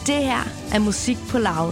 Det her er Musik på Loud.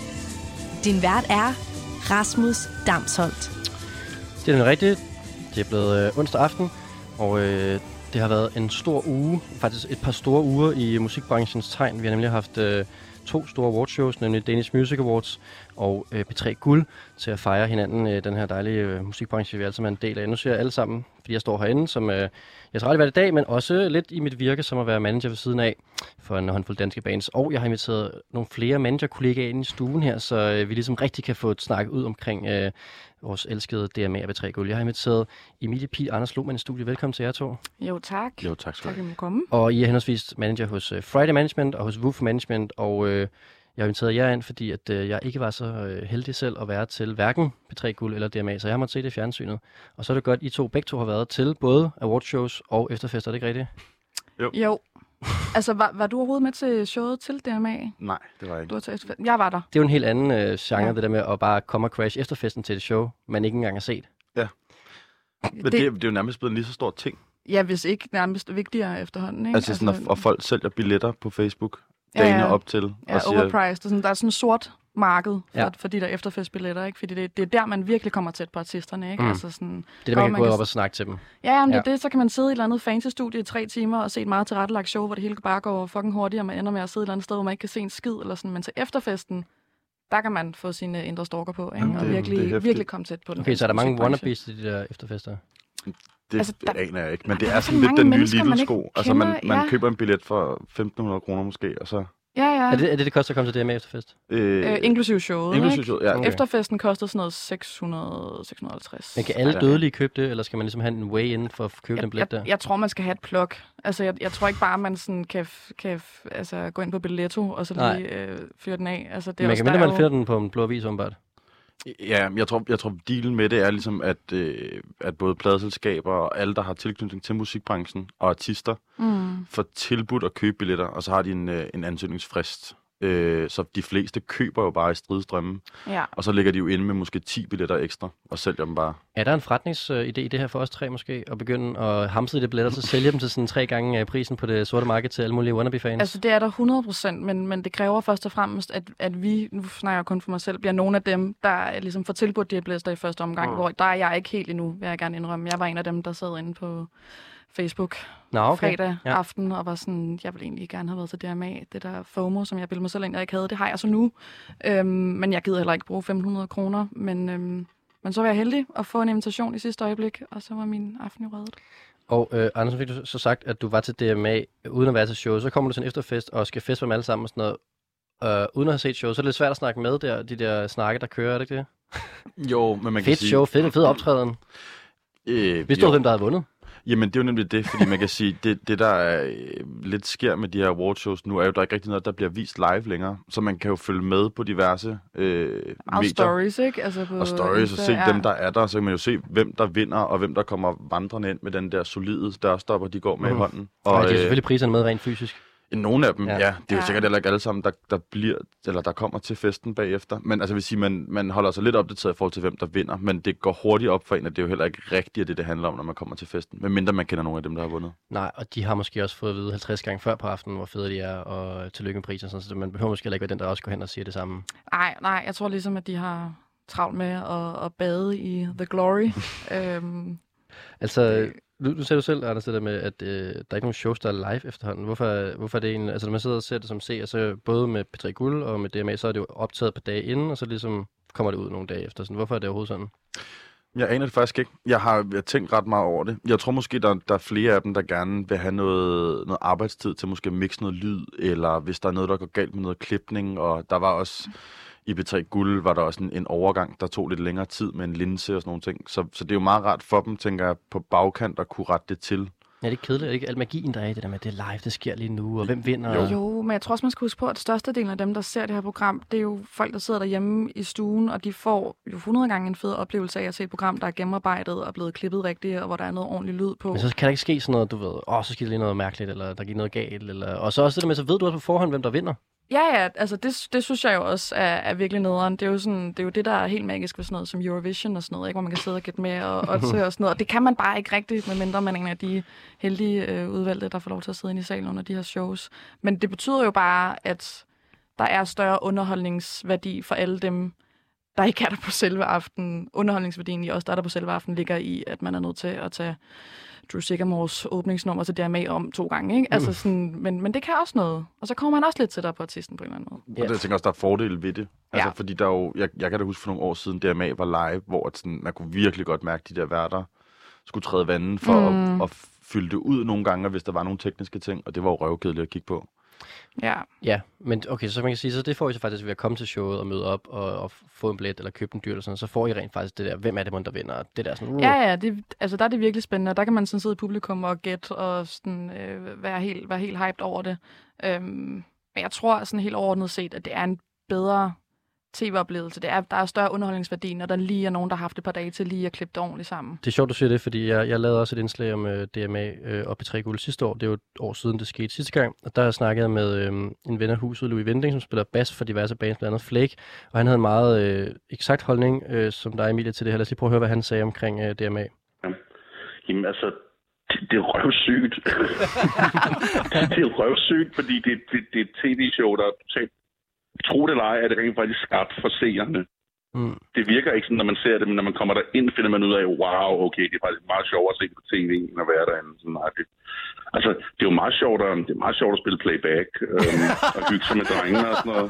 Din vært er Rasmus Damsholdt. Det er rigtigt. Det er blevet onsdag aften, og det har været en stor uge, faktisk et par store uger i musikbranchens tegn. Vi har nemlig haft 2 store awardshows, nemlig Danish Music Awards og P3 Guld, til at fejre hinanden, den her dejlige musikbranche, vi alle sammen er en del af. Nu ser jeg alle sammen, fordi jeg står herinde, som jeg skal aldrig være i dag, men også lidt i mit virke som at være manager ved siden af for en håndfuld danske bands. Og jeg har inviteret nogle flere managerkollegaer ind i stuen her, så vi ligesom rigtig kan få et snak ud omkring vores elskede DMA og P3 Guld. Jeg har inviteret Emilie Pihl Anders Lohmann i studiet. Velkommen til jer to. Jo, tak. Jo, tak skal du have. Komme. Og I er henholdsvis manager hos Friday Management og hos Woof Management, og jeg har inviteret jer ind, fordi at, jeg ikke var så heldig selv at være til hverken P3 Guld eller DMA, så jeg måtte se det i fjernsynet. Og så er det godt, I begge to har været til både awardshows og efterfester, er det ikke rigtigt? Jo. Altså, var du overhovedet med til showet til DMA? Nej, det var jeg ikke. Du var til efterfesten. Jeg var der. Det er jo en helt anden genre, det der med at bare komme og crash efterfesten til et show, man ikke engang har set. Ja. Men det er jo nærmest blevet en lige så stor ting. Ja, hvis ikke nærmest vigtigere efterhånden, ikke? Altså sådan, og folk sælger billetter på Facebook dagene op til. Ja, og siger, overpriced. Sådan, der er sådan en sort marked for de der efterfestbilletter, ikke? Fordi det er der, man virkelig kommer tæt på artisterne, ikke? Altså sådan, det er der, man kan gå op og snakke til dem. Ja, men det er det, så kan man sidde i et eller andet fancy-studie i 3 timer og se et meget tilrettelagt show, hvor det hele bare går fucking hurtigt, og man ender med at sidde et eller andet sted, hvor man ikke kan se en skid, eller sådan. Men til efterfesten, der kan man få sine indre stalker på, ikke? Og virkelig komme tæt på den. Okay, så er der mange wannabes til de der efterfester? Det aner jeg ikke, men det er sådan lidt den nye Lidl-sko. Altså, man køber en billet for 1.500 kroner måske, og så... Ja. Er det koster at komme til DMA efterfest? Inklusive showet, ja. Okay. Efterfesten kostede sådan noget 650. Men kan alle dødelige købe det, eller skal man ligesom have en way-in for at købe den billet der? Jeg tror, man skal have et plug. Altså, jeg tror ikke bare, man sådan kan gå ind på Billetto, og så lige fyre den af. Altså, det er man kan man finder den på en blå avis, åbenbart. Ja, jeg tror dealen med det er ligesom, at både pladeselskaber og alle, der har tilknytning til musikbranchen og artister, får tilbudt at købe billetter, og så har de en ansøgningsfrist. Så de fleste køber jo bare i stridsstrømme, og så lægger de jo inde med måske 10 billetter ekstra, og sælger dem bare. Er der en forretningsidé i det her for os 3 måske, at begynde at hamse de billetter, så sælge dem til sådan 3 gange prisen på det sorte marked til alle mulige wannabe-fans? Altså det er der 100%, men det kræver først og fremmest, at vi, nu snakker jeg kun for mig selv, bliver nogle af dem, der ligesom får tilbudt de her billetter i første omgang, hvor der er jeg ikke helt endnu, vil jeg gerne indrømme. Jeg var en af dem, der sad inde på Facebook fredag aften, og var sådan, jeg ville egentlig gerne have været til DMA. Det der FOMO, som jeg bildte mig selv ind, jeg ikke havde, det har jeg så nu. Men jeg gider heller ikke bruge 1.500 kroner. Men så var jeg heldig at få en invitation i sidste øjeblik, og så var min aften jo reddet. Og Anders, fik du så sagt, at du var til DMA uden at være til show. Så kommer du til en efterfest og skal feste med dem alle sammen og sådan noget. Uden at have set show, så er det lidt svært at snakke med der, de der snakke, der kører, er det ikke det? Jo, men man kan sige... Fedt show, fed optræden. Vidste du, hvem der havde vundet? Jamen, det er jo nemlig det, fordi man kan sige, det der er, lidt sker med de her awardshows nu, er jo, der er ikke rigtig noget, der bliver vist live længere. Så man kan jo følge med på diverse medier. Stories, ikke? Altså på og stories, og se dem, der er der. Så kan man jo se, hvem der vinder, og hvem der kommer vandrende ind med den der solide dørstopper, de går med i hånden. Og de er selvfølgelig priserne med rent fysisk. Nogle af dem, ja. Det er jo sikkert heller ikke alle sammen, der kommer til festen bagefter. Men altså, vil sige, man holder sig lidt opdateret i forhold til, hvem der vinder. Men det går hurtigt op for en, at det er jo heller ikke rigtigt, det handler om, når man kommer til festen. Medmindre man kender nogle af dem, der har vundet. Nej, og de har måske også fået at vide 50 gange før på aftenen, hvor fede de er, og tillykke med prisen. Så man behøver måske heller ikke være den, der også går hen og siger det samme. Nej, jeg tror ligesom, at de har travlt med at bade i The Glory. Altså... Nu ser du selv, Anders, det der med, at der er ikke nogen shows, der er live efterhånden. Hvorfor er det en... Altså, når man sidder og ser det som seer, så både med P3 Guld og med DMA, så er det jo optaget på dage inden, og så ligesom kommer det ud nogle dage efter. Sådan, hvorfor er det overhovedet sådan? Jeg aner det faktisk ikke. Jeg har tænkt ret meget over det. Jeg tror måske, der er flere af dem, der gerne vil have noget arbejdstid til måske at mixe noget lyd, eller hvis der er noget, der går galt med noget klipning, og der var også... I P3 Guld var der også en overgang, der tog lidt længere tid med en linse og sådan nogle ting. Så det er jo meget rart for dem, tænker jeg, på bagkant at kunne rette det til. Ja, det er kedeligt. Er det ikke al magien, der er i det der med, at det er live, det sker lige nu, og hvem vinder? Jo, men jeg tror også, man skal huske på, at størstedelen af dem, der ser det her program, det er jo folk, der sidder derhjemme i stuen, og de får jo 100 gange en fed oplevelse af at se et program, der er gennemarbejdet og blevet klippet rigtigt, og hvor der er noget ordentligt lyd på. Men så kan der ikke ske sådan noget, du ved, så sker der lige noget mærkeligt, eller der giver noget galt, eller... Og så også det der med, så ved du også på forhånd, hvem der vinder. Ja, altså det synes jeg jo også er virkelig nederen. Det er jo det, der er helt magisk ved sådan noget som Eurovision og sådan noget, ikke? Hvor man kan sidde og gætte med og sådan noget. Og det kan man bare ikke rigtigt, medmindre man er en af de heldige udvalgte, der får lov til at sidde inde i salen under de her shows. Men det betyder jo bare, at der er større underholdningsværdi for alle dem, der ikke er der på selve aftenen. Underholdningsværdien i os, der er der på selve aftenen, ligger i, at man er nødt til at tage Drew Sigamores åbningsnummer til DMA om 2 gange. Ikke? Altså sådan, men det kan også noget. Og så kommer man også lidt tættere på artisten på en eller anden måde. Og jeg tænker også, der er fordele ved det. Altså, fordi der er jo, jeg kan da huske for nogle år siden, DMA var live, hvor man kunne virkelig godt mærke, de der værter skulle træde vandet for at fylde det ud nogle gange, hvis der var nogle tekniske ting, og det var jo røvkedeligt at kigge på. Ja, men okay, så man kan sige, så det får I så faktisk ved at komme til showet og møde op og få en billet eller købe en dyr eller sådan, så får I rent faktisk det der, hvem er det, der vinder? Det der sådan, Ja, der er det virkelig spændende, og der kan man sådan sidde i publikum og gætte og sådan, være helt hyped over det. Men jeg tror sådan helt overordnet set, at det er en bedre tv-oplevelse. Der er større underholdningsværdi, når der lige er nogen, der har haft et par dage til lige at klippe det ordentligt sammen. Det er sjovt, du siger det, fordi jeg lavede også et indslag om DMA op i 3 Guld sidste år. Det er jo et år siden, det skete sidste gang. Og der snakkede jeg med en ven af huset, Louis Winding, som spiller bas for diverse bands, blandt andet Flake. Og han havde en meget eksakt holdning, som der er Emilie til det her. Lad os lige prøve at høre, hvad han sagde omkring DMA. Jamen altså, det er røvsygt. Det er røvsygt, fordi det er et tv-show, der er totalt. Tro det eller ej, er det rent faktisk skabt for seerne. Det virker ikke sådan, når man ser det, men når man kommer derind, finder man ud af, wow, okay, det er faktisk meget sjovt at se på tv, end at være derinde. Sådan, altså, det er jo meget sjovt at spille playback, og hygge sig med drengene og sådan noget.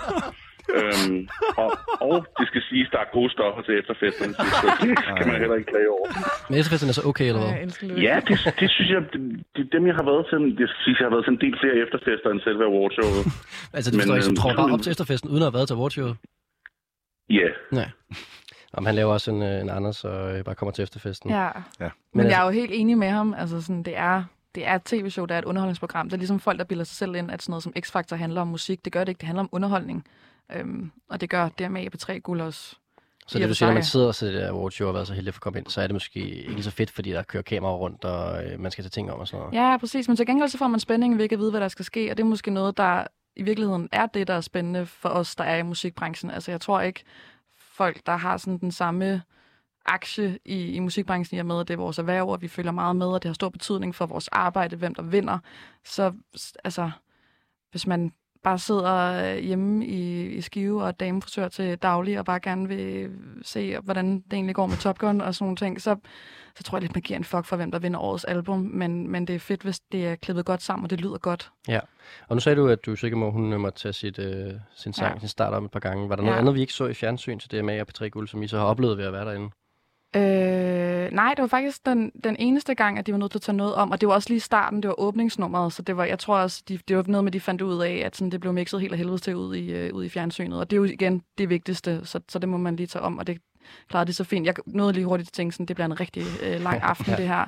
Og det skal siges, der er gode stoffer til efterfesterne, så det kan man heller ikke klage over. Men efterfesterne er så okay, eller hvad? Ja, det synes jeg, dem jeg har været til, jeg har været til en del flere efterfester end selve awardshowet. Altså, du forstår ikke, så tror bare op til efterfesten, uden at have været til awardshowet? Ja. Nej. Om han laver også en Anders og bare kommer til efterfesten. Ja. Men jeg er jo helt enig med ham. Altså, sådan, det er et tv-show, der er et underholdningsprogram. Det er ligesom folk, der bilder sig selv ind, at sådan noget som X-Factor handler om musik. Det gør det ikke. Det handler om underholdning. Og det gør DMA på 3 Guld også. Så det du siger, når man sidder og ser det der awardshow og har været så heldig at få komme ind, så er det måske ikke så fedt, fordi der kører kameraer rundt, og man skal tage ting om og sådan noget. Ja, præcis. Men til gengæld så får man spænding ved ikke at vide, hvad der skal ske. Og det er måske noget, der i virkeligheden er det, der er spændende for os, der er i musikbranchen. Altså jeg tror ikke, folk, der har sådan den samme aktie i musikbranchen, i og med, at det er vores erhverv, og vi følger meget med, og det har stor betydning for vores arbejde, hvem der vinder. Så altså, hvis man bare sidder hjemme i Skive og er damefrisør til daglig, og bare gerne vil se, hvordan det egentlig går med Top Gun og sådan nogle ting, så tror jeg lidt, man giver en fuck for, hvem der vinder årets album. Men det er fedt, hvis det er klippet godt sammen, og det lyder godt. Ja, og nu sagde du, at du sikkert må, hun måtte tage sin sang, sin start om et par gange. Var der noget andet, vi ikke så i fjernsyn til DMA og P3 Guld, som I så har oplevet ved at være derinde? Nej, det var faktisk den eneste gang, at de var nødt til at tage noget om, og det var også lige starten, det var åbningsnummeret, så det var, jeg tror også, det var noget med, de fandt ud af, at sådan, det blev mixet helt af helvede til ud i fjernsynet, og det er jo igen det vigtigste, så det må man lige tage om, og det klarede de så fint. Jeg nåede lige hurtigt at tænke sådan, det bliver en rigtig lang aften, det her.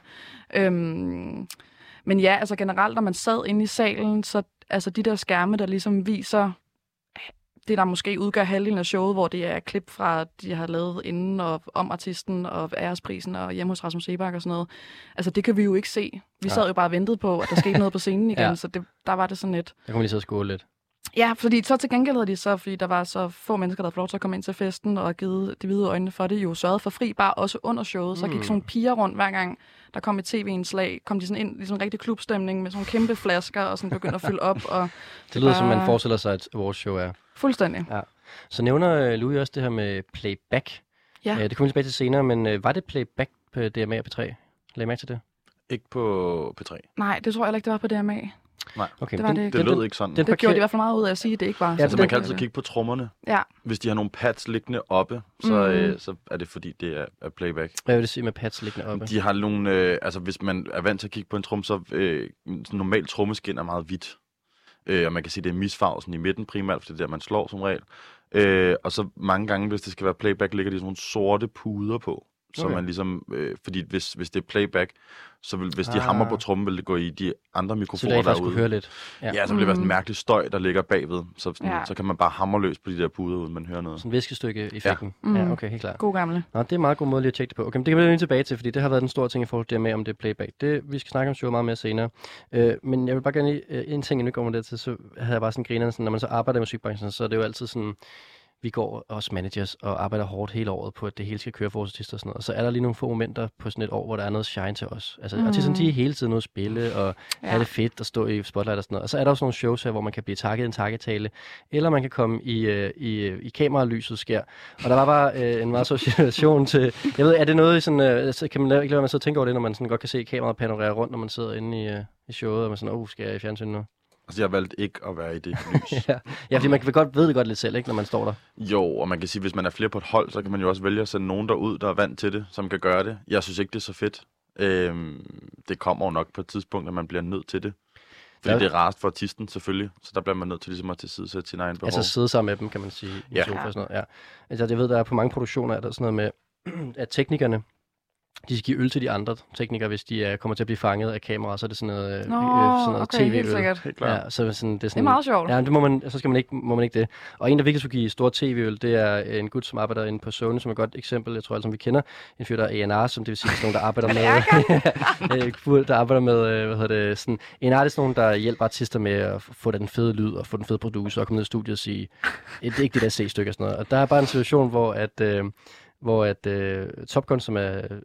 Men ja, altså generelt, når man sad inde i salen, så altså de der skærme, der ligesom viser det, der måske udgør halvdelen af showet, hvor det er klip fra, de har lavet inden og om artisten og æresprisen og hjemme hos Rasmus Seebach og sådan noget. Altså, det kan vi jo ikke se. Vi sad jo bare og ventede på, at der skete noget på scenen igen, så der var det sådan lidt. Der kunne man lige så skåle lidt. Ja, fordi så til gengæld havde de så, fordi der var så få mennesker, der havde fået lov til at komme ind til festen og givet de hvide øjnene for det, jo sørget for fri bare også under showet. Så gik sådan nogle piger rundt hver gang, der kom et tv-indslag, kom de sådan ind i sådan en rigtig klubstemning med sådan nogle kæmpe flasker og sådan begyndte at fylde op. Og det lyder, som man forestiller sig, at awardshow er. Fuldstændig. Ja. Så nævner Louis også det her med playback. Ja. Det kommer vi tilbage til senere, men var det playback på DMA og P3? Lagde I mærke til det? Ikke på P3. Nej, det tror jeg ikke, det var på DMA. Nej, okay. Det lød ikke sådan. Det gjorde de i hvert fald meget ud af at sige, at det ikke var. Ja, så man kan altid kigge på trommerne. Ja. Hvis de har nogle pads liggende oppe, så er det fordi, det er playback. Hvad vil det sige med pads liggende oppe? De har nogle, altså hvis man er vant til at kigge på en trum, så normalt trommeskin er meget hvidt. Og man kan sige, det er misfarvet sådan i midten primært, for det er der, man slår som regel. Og så mange gange, hvis det skal være playback, ligger de sådan nogle sorte puder på. Så man ligesom, fordi hvis det er playback, så vil, hvis de hammer på trommen, vil det gå i de andre mikrofoner derude. Så det høre lidt. Ja, så vil det være sådan en mærkelig støj, der ligger bagved. Så kan man bare hamre løs på de der puder, uden man hører noget. Sådan en viskestykke-effekten. Ja, okay, helt klart. God gamle. Nå, det er en meget god måde lige at tjekke det på. Okay, men det kan vi lige tilbage til, fordi det har været den store ting i forhold til det med, om det er playback. Vi skal snakke om show meget mere senere. Men jeg vil bare gerne en ting, inden vi kommer der til, så havde jeg bare sådan grinerne, sådan, når man så arbejder i musikbranchen, så er det jo altid sådan, vi går også managers og arbejder hårdt hele året på, at det hele skal køre for vores artister og sådan noget. Og så er der lige nogle få momenter på sådan et år, hvor der er noget shine til os. Altså artisterne, de er hele tiden ude at spille, og er det fedt at stå i spotlight og sådan noget. Og så er der også nogle shows her, hvor man kan blive takket en takketale, eller man kan komme i kameralyset skær. Og der var bare en meget situation til... Jeg ved, er det noget sådan... Så kan man ikke lade være med at tænke over det, når man sådan godt kan se kameraet panorere rundt, når man sidder inde i showet, og man sådan, skal jeg i fjernsyn nu? Altså, jeg har valgt ikke at være i det lys. ja, fordi man ved det godt lidt selv, ikke, når man står der. Jo, og man kan sige, hvis man er flere på et hold, så kan man jo også vælge at sende nogen derud, der er vant til det, som kan gøre det. Jeg synes ikke, det er så fedt. Det kommer jo nok på et tidspunkt, at man bliver nødt til det. Fordi det er rarest for artisten, selvfølgelig. Så der bliver man nødt til ligesom at tilsidesætte sin egen behov. Altså sidde sammen med dem, kan man sige. I sofa og sådan noget. Ja. Altså, jeg ved, der er på mange produktioner, er der sådan noget med, at teknikerne, de skal give øl til de andre teknikere, hvis de kommer til at blive fanget af kamera, så er det sådan noget tv-øl. Ja, så sådan, det er meget sjovt. Ja, det må man, så må man ikke det. Og en, der virkelig skulle give store tv-øl, det er en gut, som arbejder inde på Sony, som er et godt eksempel. Jeg tror alle, som vi kender. En fyr, der er A&R, som det vil sige, sådan nogen, der arbejder med... der arbejder med, sådan... A&R er sådan nogen, der hjælper artister med at få den fede lyd og få den fede producer og komme ned i studiet og sige, det er ikke det der C-stykke og sådan noget. Og der er bare en situation, hvor Top Gun, som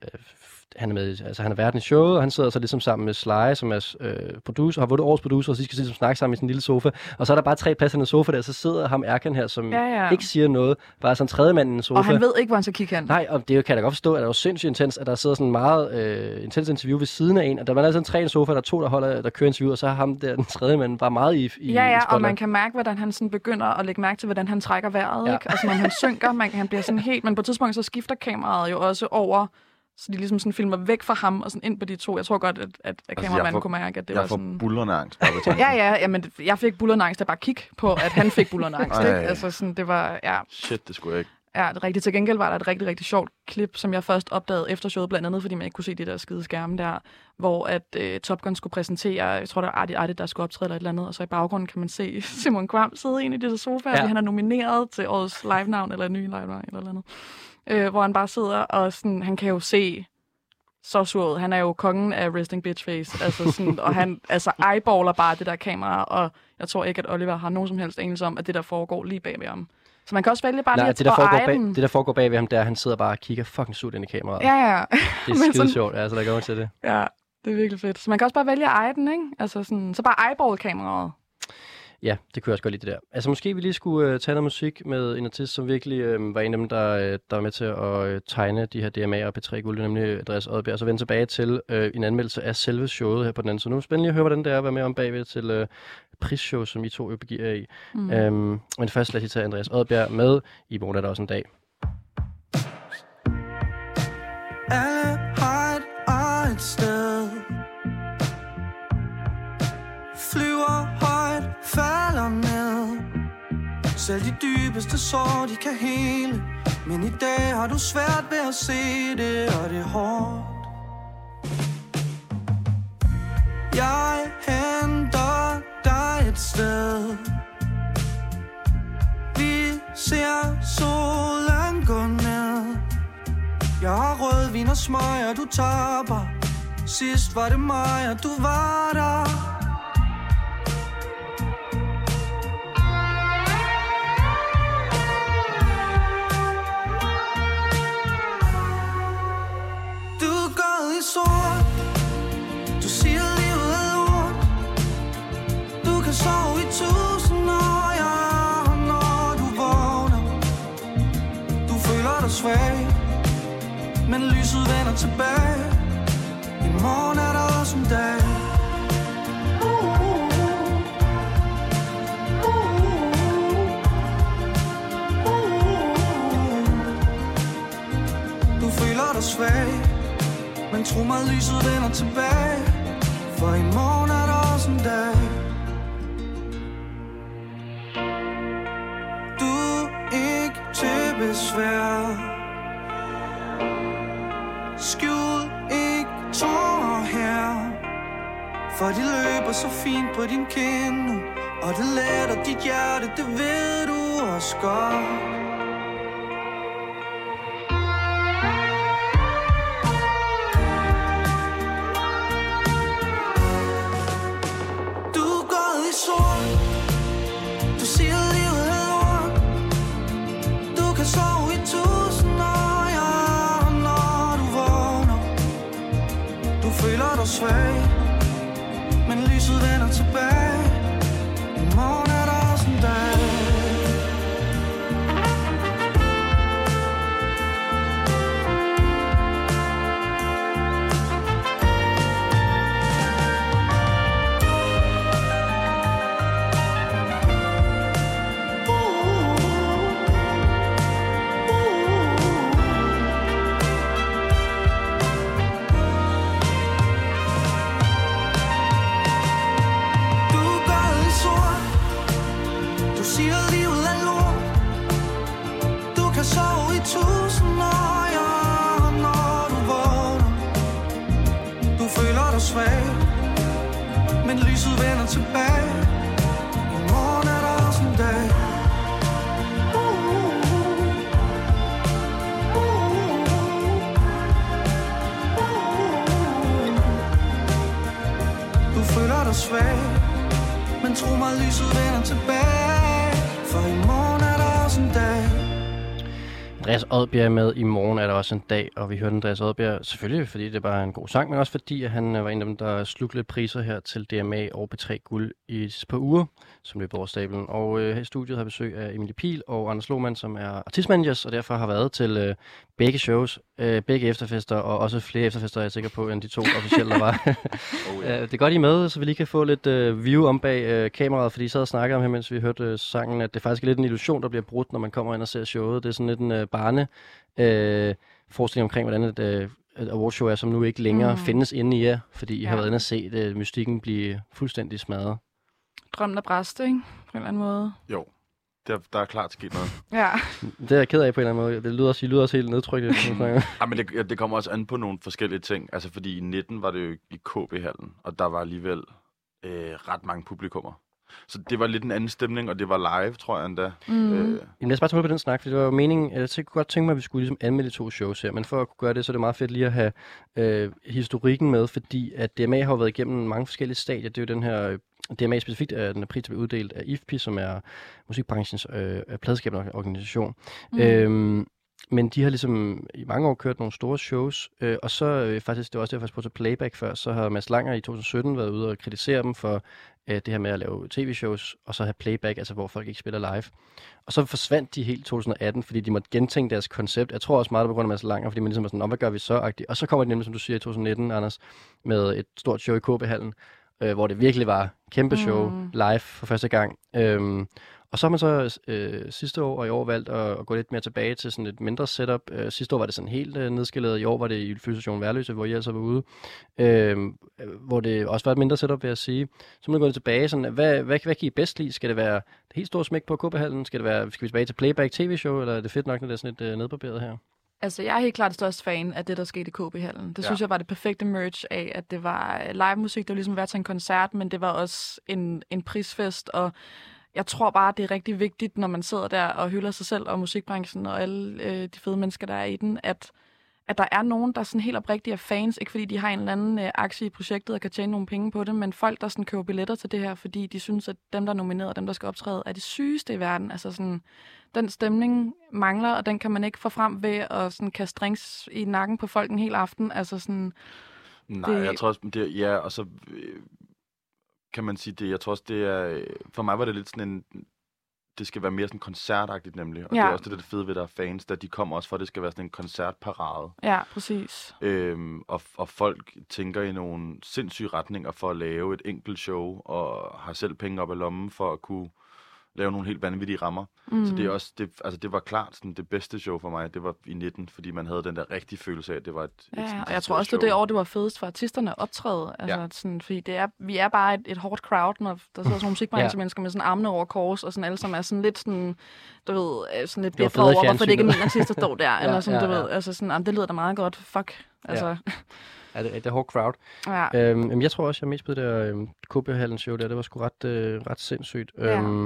han er med, altså han er verden i showet, og han sidder så ligesom sammen med Sly, som er producer, har vundet årets producer, og så de skal ligesom snakke sammen i sådan en lille sofa. Og så er der bare 3 pladser i en sofa der, så sidder ham Erkan her, som ikke siger noget, bare sådan en tredje mand i en sofa. Og han ved ikke, hvor han skal kigge hen. Nej, og det kan jeg da godt forstå, at der er jo sindssygt intens, at der sidder sådan en meget intens interview ved siden af en, og der var sådan 3 i en sofa, der er 2, der kører interview, og så har ham der, den tredje mand, bare meget i og man kan mærke, hvordan han sådan begynder at lægge mærke til, hvordan han trækker vejret, ikke? Altså når han synker, han bliver sådan helt, men på et tidspunkt så skifter kameraet jo også over. Så de ligesom sådan filmer væk fra ham og sådan ind på de 2. Jeg tror godt, at kameramanden kunne mærke, at det var sådan... Jeg får buldrende angst. men jeg fik buldrende angst, der bare kigge på, at han fik buldrende angst. Ikke? Altså sådan, det var... Shit, det skulle jeg ikke. Ja, det rigtigt. Til gengæld var der et rigtig, rigtig sjovt klip, som jeg først opdagede efter showet, blandt andet, fordi man ikke kunne se de der skide skærme der, hvor at Top Gun skulle præsentere, jeg tror, der var Adi, der skulle optræde eller et eller andet, og så i baggrunden kan man se Simon Kvam sidde inde i det der sofa, fordi han er nomineret til årets live-navn, eller en ny live-navn, eller andet. Hvor han bare sidder, og sådan, han kan jo se så sur ud. Han er jo kongen af resting bitch face, altså sådan, og han eyeballer bare det der kamera, og jeg tror ikke, at Oliver har nogen som helst anelse om, at det der foregår lige bag ved ham. Så man kan også vælge bare lige at eje den. Det der foregår bag ved ham, der han sidder bare og kigger fucking surt ind i kameraet. Ja. Det er skide sjovt, altså der går til det. Ja, det er virkelig fedt. Så man kan også bare vælge at eje den, ikke? Altså sådan, så bare eyeball kameraet. Ja, det kunne jeg også godt lide det der. Altså måske vi lige skulle tage noget musik med en artist, som virkelig var en af dem, der var med til at tegne de her DMA og P3 Guld, nemlig Andreas Odbjerg, og så vende tilbage til en anmeldelse af selve showet her på den anden. Så nu er det spændende at høre, hvordan det er at være med om bagved til prisshow, som I 2 jo begiver i. Men først lad os tage Andreas Odbjerg med. I morgen er der også en dag. Alle har et sted. Flyver højt, falder ned. Selv de dybeste sår, de kan hele. Men i dag har du svært ved at se det, og det er hårdt. Jeg henter dig et sted. Vi ser solen gå ned. Jeg har rødvin og smøger, du tapper. Sidst var det mig, og du var der. Sort. Du siger livet er lort. Du kan sove i 1000 år, ja, når du vågner. Du føler dig svag, men lyset vender tilbage. I morgen er der også en dag. Du føler dig svag, men tro mig, lyset vender tilbage. For i morgen er der også en dag. Du er ikke til besvær. Skjul ikke tårer her. For de løber så fint på din kind nu. Og det letter dit hjerte, det ved du også godt. dig svag, men lyset vender tilbage. I morgen er der også en dag. Men lyset vender tilbage. I morgen er der også en dag. Du føler dig svag, men tro mig, lyset vender tilbage. For i morgen er der også en dag. Andreas Odbjerg er med I morgen er der også en dag, og vi hørte Andreas Odbjerg selvfølgelig, fordi det bare er en god sang, men også fordi at han var en af dem, der slugte lidt priser her til DMA og P3 Guld i et par uger, som løb over stablen. Og her i studiet har besøg af Emilie Pihl og Anders Lohmann, som er artistmanagers, og derfor har været til begge shows, begge efterfester, og også flere efterfester, er jeg sikker på, end de to officielle, der var. Det er godt, I er med, så vi lige kan få lidt view om bag kameraet, fordi I sad og snakkede om her, mens vi hørte sangen, at det faktisk er lidt en illusion, der bliver brudt, når man kommer ind og ser showet. Det er sådan lidt en forestilling omkring, hvordan et awardshow er, som nu ikke længere findes inde i jer, fordi I har været inde og set mystikken blive fuldstændig smadret. Drømmen er bræst, ikke? På en eller anden måde. Jo, der er klart sket noget. Ja. Det er jeg ked af på en eller anden måde. Det lyder også helt nedtrykket. Ja, men det kommer også an på nogle forskellige ting. Altså, fordi i 19 var det jo i KB-hallen, og der var alligevel ret mange publikummer. Så det var lidt en anden stemning, og det var live, tror jeg endda. Jamen, lad os bare tage på den snak, for det var jo meningen, jeg kunne godt tænke mig, at vi skulle ligesom anmelde de to shows her, men for at kunne gøre det, så er det meget fedt lige at have historikken med, fordi at DMA har været igennem mange forskellige stadier. Det er jo den her, DMA specifikt er den pris, der bliver uddelt af IFPI, som er musikbranchens pladeskabende organisation. Men de har ligesom i mange år kørt nogle store shows, og så faktisk, det var også derfor, jeg på til Playback før, så har Mads Langer i 2017 været ude og kritisere dem for det her med at lave tv-shows, og så have Playback, altså hvor folk ikke spiller live. Og så forsvandt de helt 2018, fordi de måtte gentænke deres koncept. Jeg tror også meget på grund af Mads Langer, fordi man ligesom var sådan, hvad gør vi så? Og så kommer de nemlig, som du siger, i 2019, Anders, med et stort show i KB-hallen, hvor det virkelig var kæmpe show live for første gang. Og så har man så sidste år og i år valgt at gå lidt mere tilbage til sådan et mindre setup. Sidste år var det sådan helt nedskaleret. I år var det i Fyldestation Værløse, hvor I altså var ude. Hvor det også var et mindre setup, vil jeg sige. Så må man gå tilbage. Sådan, hvad kan I bedst lide? Skal det være et helt stort smæk på KB-hallen? Skal vi tilbage til Playback TV-show? Eller er det fedt nok, når det er sådan et nedbarberet her? Altså, jeg er helt klart størst fan af det, der skete i KB-hallen. Det synes jeg var det perfekte merge af, at det var live musik. Det var ligesom været til en koncert, men det var også en prisfest, og jeg tror bare, det er rigtig vigtigt, når man sidder der og hylder sig selv og musikbranchen og alle de fede mennesker, der er i den, at der er nogen, der sådan helt oprigtigt er fans, ikke fordi de har en eller anden aktie i projektet og kan tjene nogle penge på det, men folk, der sådan køber billetter til det her, fordi de synes, at dem, der er nomineret og dem, der skal optræde, er det sygeste i verden. Altså sådan, den stemning mangler, og den kan man ikke få frem ved at sådan kaste drinks i nakken på folk en hel aften. Altså sådan... Nej, jeg tror også, det, ja, og så... kan man sige det. Jeg tror også, det er... For mig var det lidt sådan en... Det skal være mere sådan koncertagtigt nemlig. Og det er også det fede ved, der er fans, der de kommer også for, at det skal være sådan en koncertparade. Ja, præcis. Og folk tænker i nogle sindssyge retninger for at lave et enkelt show, og har selv penge op af lommen for at kunne lave nogle helt vanvittige rammer. Så det er også, det var klart sådan det bedste show for mig, det var i 19, fordi man havde den der rigtige følelse af, at det var et og jeg tror også, det år, det var fedest for artisterne at optræde. Altså, sådan, fordi vi er bare et hårdt crowd, når der sidder sådan nogle musikbranchemennesker med sådan armene over kors, og sådan alle, som er sådan lidt sådan, du ved, sådan lidt bedre over, hvorfor det ikke er min artist, der står der, eller sådan, du ved, altså sådan, det lyder da meget godt, fuck, altså... Ja, det er hårdt crowd. Ja. Jeg tror også, jeg er mest på det der KB-hallen show der, det var sgu ret sindssygt. Ja.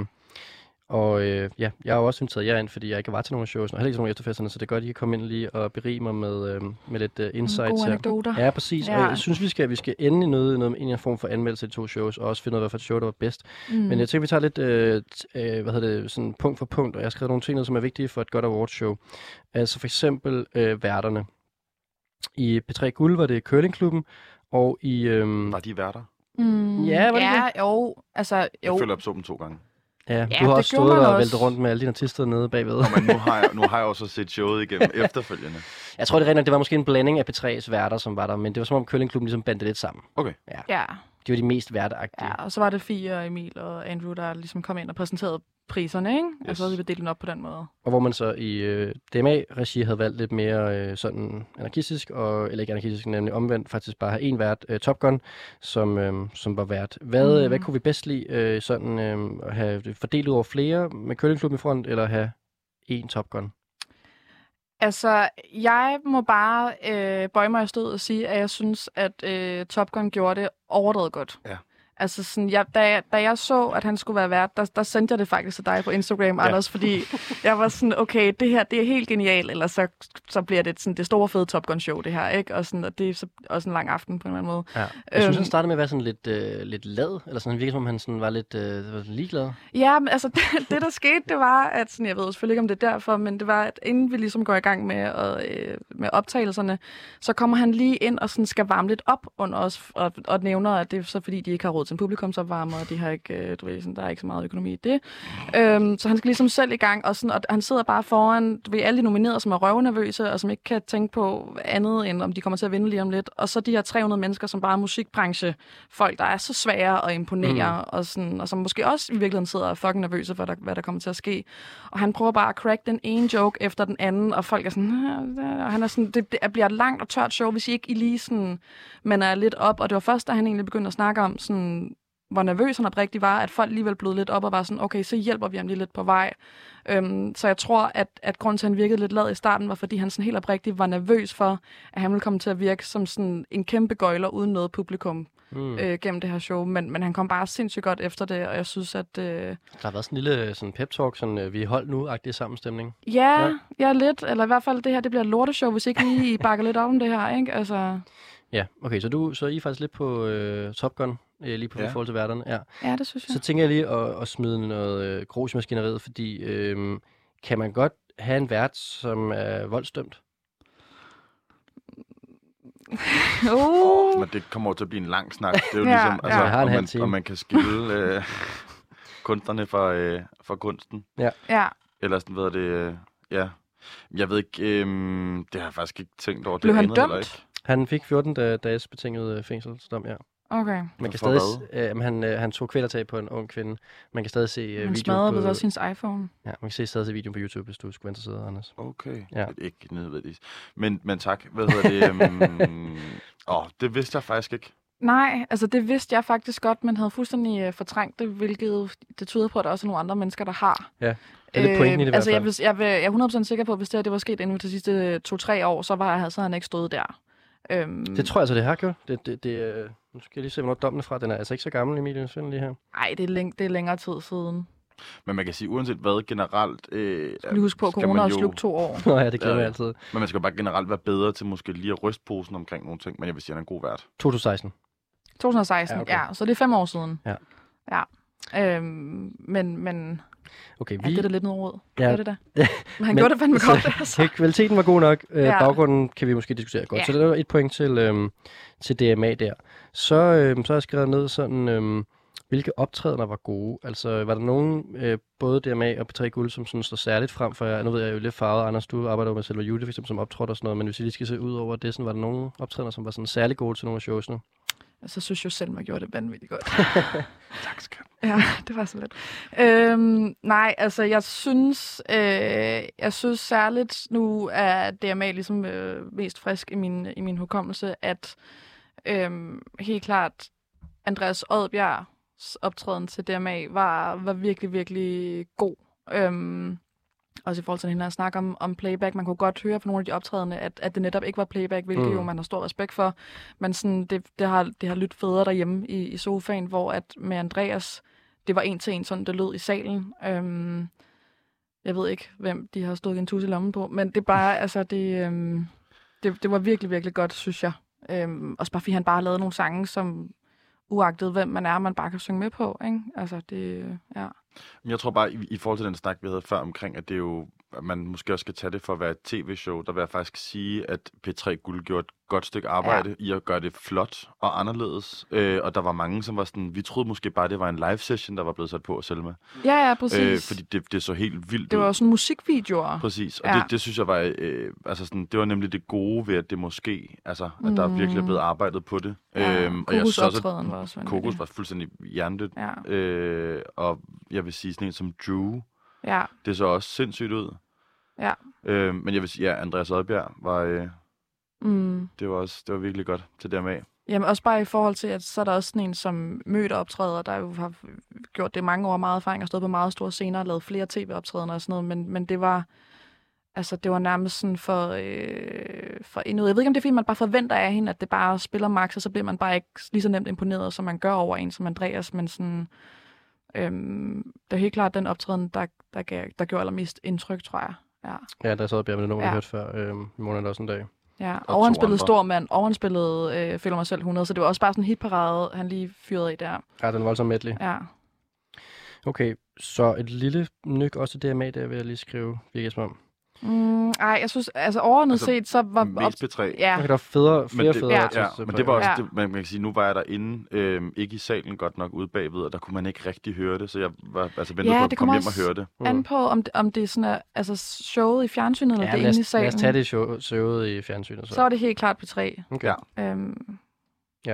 Jeg har jo også inviteret jer ind, fordi jeg ikke var til nogle shows, og heller ikke til nogle efterfesterne, så det er godt, at I kan komme ind lige og berige mig med lidt insights gode anekdoter. Ja, præcis. Ja. Og jeg synes, vi skal ende i noget med en form for anmeldelse af de to shows, og også finde ud af, hvad for et show, der var bedst. Men jeg tænker, vi tager lidt sådan punkt for punkt, og jeg har skrevet nogle ting, som er vigtige for et godt awardshow. Altså for eksempel værterne. I P3 Guld var det Curlingklubben, og i... Var de værter? Ja, var det ja, det? jo. Altså, jo. Jeg føler, jeg så dem 2 gange. Ja, Ja, du har det også gjorde stået man og også. væltet rundt med alle dine artister nede bagved. Men nu har jeg også set showet igennem efterfølgende. Jeg tror, det er rent nok, det var måske en blanding af P3's værter, som var der, men det var som om Curlingklubben ligesom bandede lidt sammen. Okay. Ja. De var de mest værteagtige. Ja, og så var det Fie og Emil og Andrew, der ligesom kom ind og præsenterede priserne, ikke? Yes. Og så havde vi delt den op på den måde. Og hvor man så i DMA-regi havde valgt lidt mere sådan anarkistisk, eller ikke anarkistisk, nemlig omvendt, faktisk bare have en vært, Top Gun, som var vært. Hvad kunne vi bedst lide sådan at have det fordelt over flere med Curlingklubben i front, eller have en Top Gun? Altså, jeg må bare bøje mig i stød og sige, at jeg synes, at Top Gun gjorde det overdrevet godt. Ja. Altså, sådan, da jeg så, at han skulle være vært, der sendte jeg det faktisk til dig på Instagram, Anders, fordi jeg var sådan, okay, det her, det er helt genialt, eller så bliver det sådan det store, fede Top Gun-show, det her, ikke? Og det er så også en lang aften på en eller anden måde. Ja. Jeg synes, han startede med at være sådan lidt lad, eller sådan, han virkede som om han sådan var lidt ligeglad. Ja, men altså, det der skete, det var, at sådan, jeg ved selvfølgelig ikke, om det er derfor, men det var, at inden vi ligesom går i gang med optagelserne, så kommer han lige ind og sådan skal varme lidt op under os, og nævner, at det er så fordi, de ikke har råd til en publikumsopvarmer, og de har ikke, du ved, sådan, der er ikke så meget økonomi i det. Så han skal ligesom selv i gang, og han sidder bare foran, du ved, alle de nominerede, som er røvnervøse, og som ikke kan tænke på andet, end om de kommer til at vinde lige om lidt. Og så de her 300 mennesker, som bare er musikbranche, folk, der er så svære at imponere, og som måske også i virkeligheden sidder og fucking nervøse for, hvad der kommer til at ske. Og han prøver bare at crack den ene joke efter den anden, og folk er sådan, og han er sådan, det bliver et langt og tørt show, hvis I ikke lige sådan, man er lidt op. Og det var først, da han egentlig begyndte at snakke om sådan, hvor nervøs han oprigtigt var, at folk alligevel blev lidt op og var sådan, okay, så hjælper vi ham lige lidt på vej. Så jeg tror, at grunden til, at han virkede lidt lad i starten, var, fordi han sådan helt oprigtigt var nervøs for, at han ville komme til at virke som sådan en kæmpe gøjler uden noget publikum gennem det her show. Men han kom bare sindssygt godt efter det, og jeg synes, at... Der har været sådan en lille sådan pep-talk, sådan vi hold nu-agtig sammenstemning. Ja, lidt. Eller i hvert fald, det her, det bliver et lorteshow, hvis ikke I bakker lidt op om det her, ikke? Altså... Ja, okay, så I er faktisk lidt på Top Gun, lige på forhold til værterne. Ja, det synes jeg. Så tænker jeg lige at smide noget grus i maskineriet, fordi kan man godt have en vært, som er voldsdømt? Men det kommer til at blive en lang snak. Det er jo ligesom, altså, om man kan skille kunstnerne fra kunsten. Ja. Eller sådan, hvad det... ja. Jeg ved ikke, det har jeg faktisk ikke tænkt over. Blev det han andet, dømt? eller ikke. Han fik 14 dages betinget fængselsdom, ja. Okay. Man kan stadig, han tog kvælertag på en ung kvinde. Man kan stadig se video på... Han smadrede også hendes iPhone. Ja, man kan stadig se videoen på YouTube, hvis du skulle være interesseret, Anders. Okay, ja. Ikke nødvendigvis. Men tak, hvad hedder det? Det vidste jeg faktisk ikke. Nej, altså det vidste jeg faktisk godt, men havde fuldstændig fortrængt det, hvilket det tyder på, at der også er nogle andre mennesker, der har. Ja, det er lidt pointen i det altså i hvert fald. Jeg er 100% sikker på, at hvis det var sket inden for de sidste 2-3 år, så havde han ikke stået der. Det tror jeg altså, det har gjort. Nu skal jeg lige se, hvornår dommen er fra. Den er altså ikke så gammel, Emilie. Find lige her. Nej, det er længere tid siden. Men man kan sige, uanset hvad generelt... skal vi huske på, at corona har slugt 2 år. Nå ja, det glemmer jeg altid. Men man skal bare generelt være bedre til måske lige at ryste posen omkring nogle ting. Men jeg vil sige, at han er en god vært. 2016. 2016, ja. Så det er 5 år siden. Ja. Men okay, det er da lidt noget råd. Ja. Er det da? Men han gjorde det fandme godt. Altså. Kvaliteten var god nok. Baggrunden kan vi måske diskutere godt. Ja. Så det var 1 point til DMA der. Så har jeg skrevet ned sådan, hvilke optrædener var gode. Altså, var der nogen, både DMA og P3 Guld, som sådan står særligt frem for jer? Nu ved jeg jo lidt farvet, Anders, du arbejder jo med Selva Jute, for eksempel, som optrådte og sådan noget, men hvis I lige skal se ud over det, sådan, var der nogen optrædener, som var sådan særligt gode til nogle af showsene? Så synes jeg selv, man gjorde det vanvittigt godt. Tak, skat. Ja, det var så let. Nej, altså jeg synes særligt, nu er DMA ligesom mest frisk i min hukommelse, at helt klart Andreas Odbjergs optræden til DMA var virkelig, virkelig god. Også i forhold til den her snak om playback. Man kunne godt høre på nogle af de optrædende, at det netop ikke var playback, hvilket jo man har stor respekt for. Men sådan, det har lyttet federe derhjemme i sofaen, hvor at med Andreas, det var 1 til 1, sådan det lød i salen. Jeg ved ikke, hvem de har stået en tus i lommen på, men det er bare, altså det var virkelig, virkelig godt, synes jeg. Også bare fordi han bare lavede nogle sange, som uagtet hvem man er, man bare kan synge med på, ikke? Altså det, ja. Jeg tror bare, i forhold til den snak, vi havde før omkring, at det er jo, man måske også skal tage det for at være et tv-show, der vil jeg faktisk sige, at P3 Guld gjorde et godt stykke arbejde i at gøre det flot og anderledes. Og der var mange, som var sådan, vi troede måske bare, det var en live session, der var blevet sat på selv med. Ja, præcis. Fordi det så helt vildt det var ud. jo sådan musikvideoer. Præcis, og det synes jeg var, altså sådan, det var nemlig det gode ved, at det måske, altså, at der virkelig er blevet arbejdet på det. Ja, og jeg synes også, optræden var også vanvittig. Kokos var fuldstændig hjernedødt. Ja. Og jeg vil sige sådan en som Drew, Ja. det så også sindssygt ud. Ja. Men jeg vil sige, Andreas Oddbjerg var, det var virkelig godt til DMA. Jamen også bare i forhold til, at så er der også sådan en som mødeoptræder, der jo har gjort det mange år, meget erfaring og stået på meget store scener og lavet flere tv-optrædener og sådan noget, men det var, altså det var nærmest sådan for endnu. Jeg ved ikke, om det er, fordi man bare forventer af hende, at det bare spiller max, og så bliver man bare ikke lige så nemt imponeret, som man gør over en som Andreas, men sådan, det er helt klart den optræden, der gjorde allermest indtryk, tror jeg. Ja, der sad Bjerg med nogen, jeg hørte før. I morgen også en dag. Ja, og han spillede stor mand, og han spillede Føler mig selv 100, så det var også bare sådan en hitparade, han lige fyrede i der. Ja, den var voldsomt medley. Ja. Okay, så et lille nyk også til DMA, der vil jeg lige skrive, virker som om. Ej, jeg synes, altså overordnet set, så var... Mest P3. Ja. Okay, der var flere federe. Ja, men det var også, det, man kan sige, nu var jeg derinde, ikke i salen godt nok ude bagved, og der kunne man ikke rigtig høre det, så jeg var altså ventet på at komme hjem og høre det. An på, om det er sådan er, altså showet i fjernsynet, eller det er inde i salen. Lad os tage det showet i fjernsynet. Så var det helt klart P3. Okay. Ja.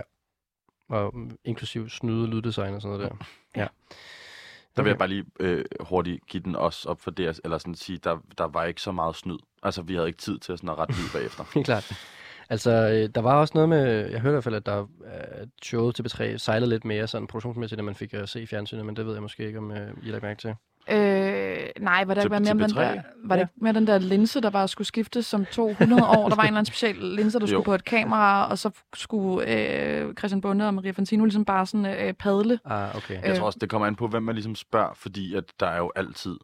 Og inklusiv snyde lyddesign og sådan noget der. Ja. Der vil jeg bare lige hurtigt give den også op for det, eller sådan sige, der var ikke så meget snyd. Altså, vi havde ikke tid til sådan at rette lyd bagefter. Helt klart. Altså, der var også noget med, jeg hørte i hvert fald, at der showet til B3 sejlede lidt mere sådan produktionsmæssigt, end man fik at se i fjernsynet, men det ved jeg måske ikke, om I har lagt mærke til. Nej, var det ikke mere med den der linse, der bare skulle skiftes som 200 år? Der var en eller anden speciel linse, der skulle på et kamera, og så skulle Christian Bonde og Maria Fantino ligesom bare sådan padle. Okay. Jeg tror også, det kommer an på, hvem man ligesom spørger, fordi at der er jo altid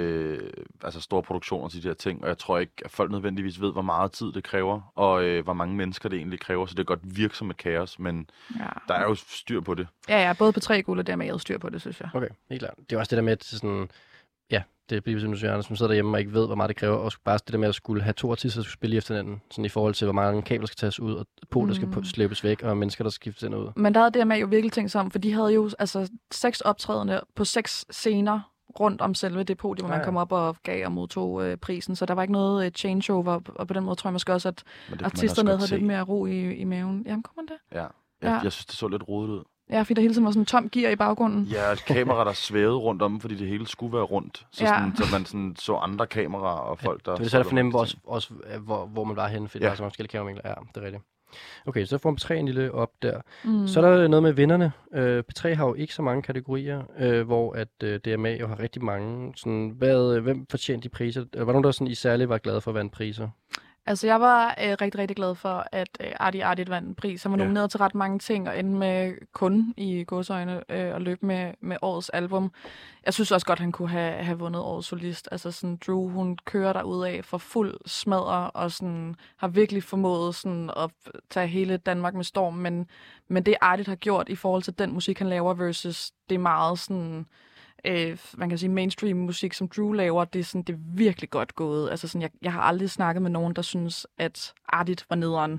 altså store produktioner til de her ting, og jeg tror ikke, at folk nødvendigvis ved, hvor meget tid det kræver, og hvor mange mennesker det egentlig kræver, så det kan godt virke som et kaos, men der er jo styr på det. Ja, både på 3 guld og dermed styr på det, synes jeg. Okay, helt klart. Det er også det der med, at sådan, det bliver som du siger, som sidder derhjemme og ikke ved, hvor meget det kræver, og bare det der med at skulle have 2 artister, der skulle spille efter hinanden, sådan i forhold til, hvor mange kabler skal tages ud, og der skal slæbes væk, og mennesker, der skal skiftes ind og ud. Men der havde DMA jo virkelig tænkt sig om, for de havde jo altså 6 optrædende på 6 scener rundt om selve det podium, hvor man kom op og gav og modtog prisen, så der var ikke noget changeover, og på den måde tror jeg måske også, at artisterne havde lidt mere ro i maven. Jamen, kunne man det? Ja. Jeg synes, det så lidt rodet ud. Ja, fordi der hele tiden var sådan en tom gear i baggrunden. Ja, et kamera, der svævede rundt om, fordi det hele skulle være rundt. Så man sådan, så andre kameraer og folk, der... Det var svært at fornemme også hvor man var henne, fordi der var så mange forskellige kameravinkler. Ja, det er rigtigt. Okay, så får man P3 en lille op der. Så er der noget med vinderne. P3 har jo ikke så mange kategorier, hvor at DMA jo har rigtig mange. Sådan, hvem fortjente de priser? Var nogen, der sådan i særligt var glade for at vinde priser? Altså, jeg var rigtig, rigtig glad for, at Artie vandt en pris. Han var nomineret til ret mange ting, og endte med kun i gåseøjne at løbe med årets album. Jeg synes også godt, han kunne have vundet årets solist. Altså, sådan, Drew, hun kører derudad for fuld smadre, og sådan, har virkelig formået sådan, at tage hele Danmark med storm. Men det Artie har gjort i forhold til den musik, han laver, versus det er meget sådan... man kan sige mainstream musik, som Drew laver, det er sådan, det er virkelig godt gået. Altså sådan, jeg har aldrig snakket med nogen, der synes, at Artit var nederen.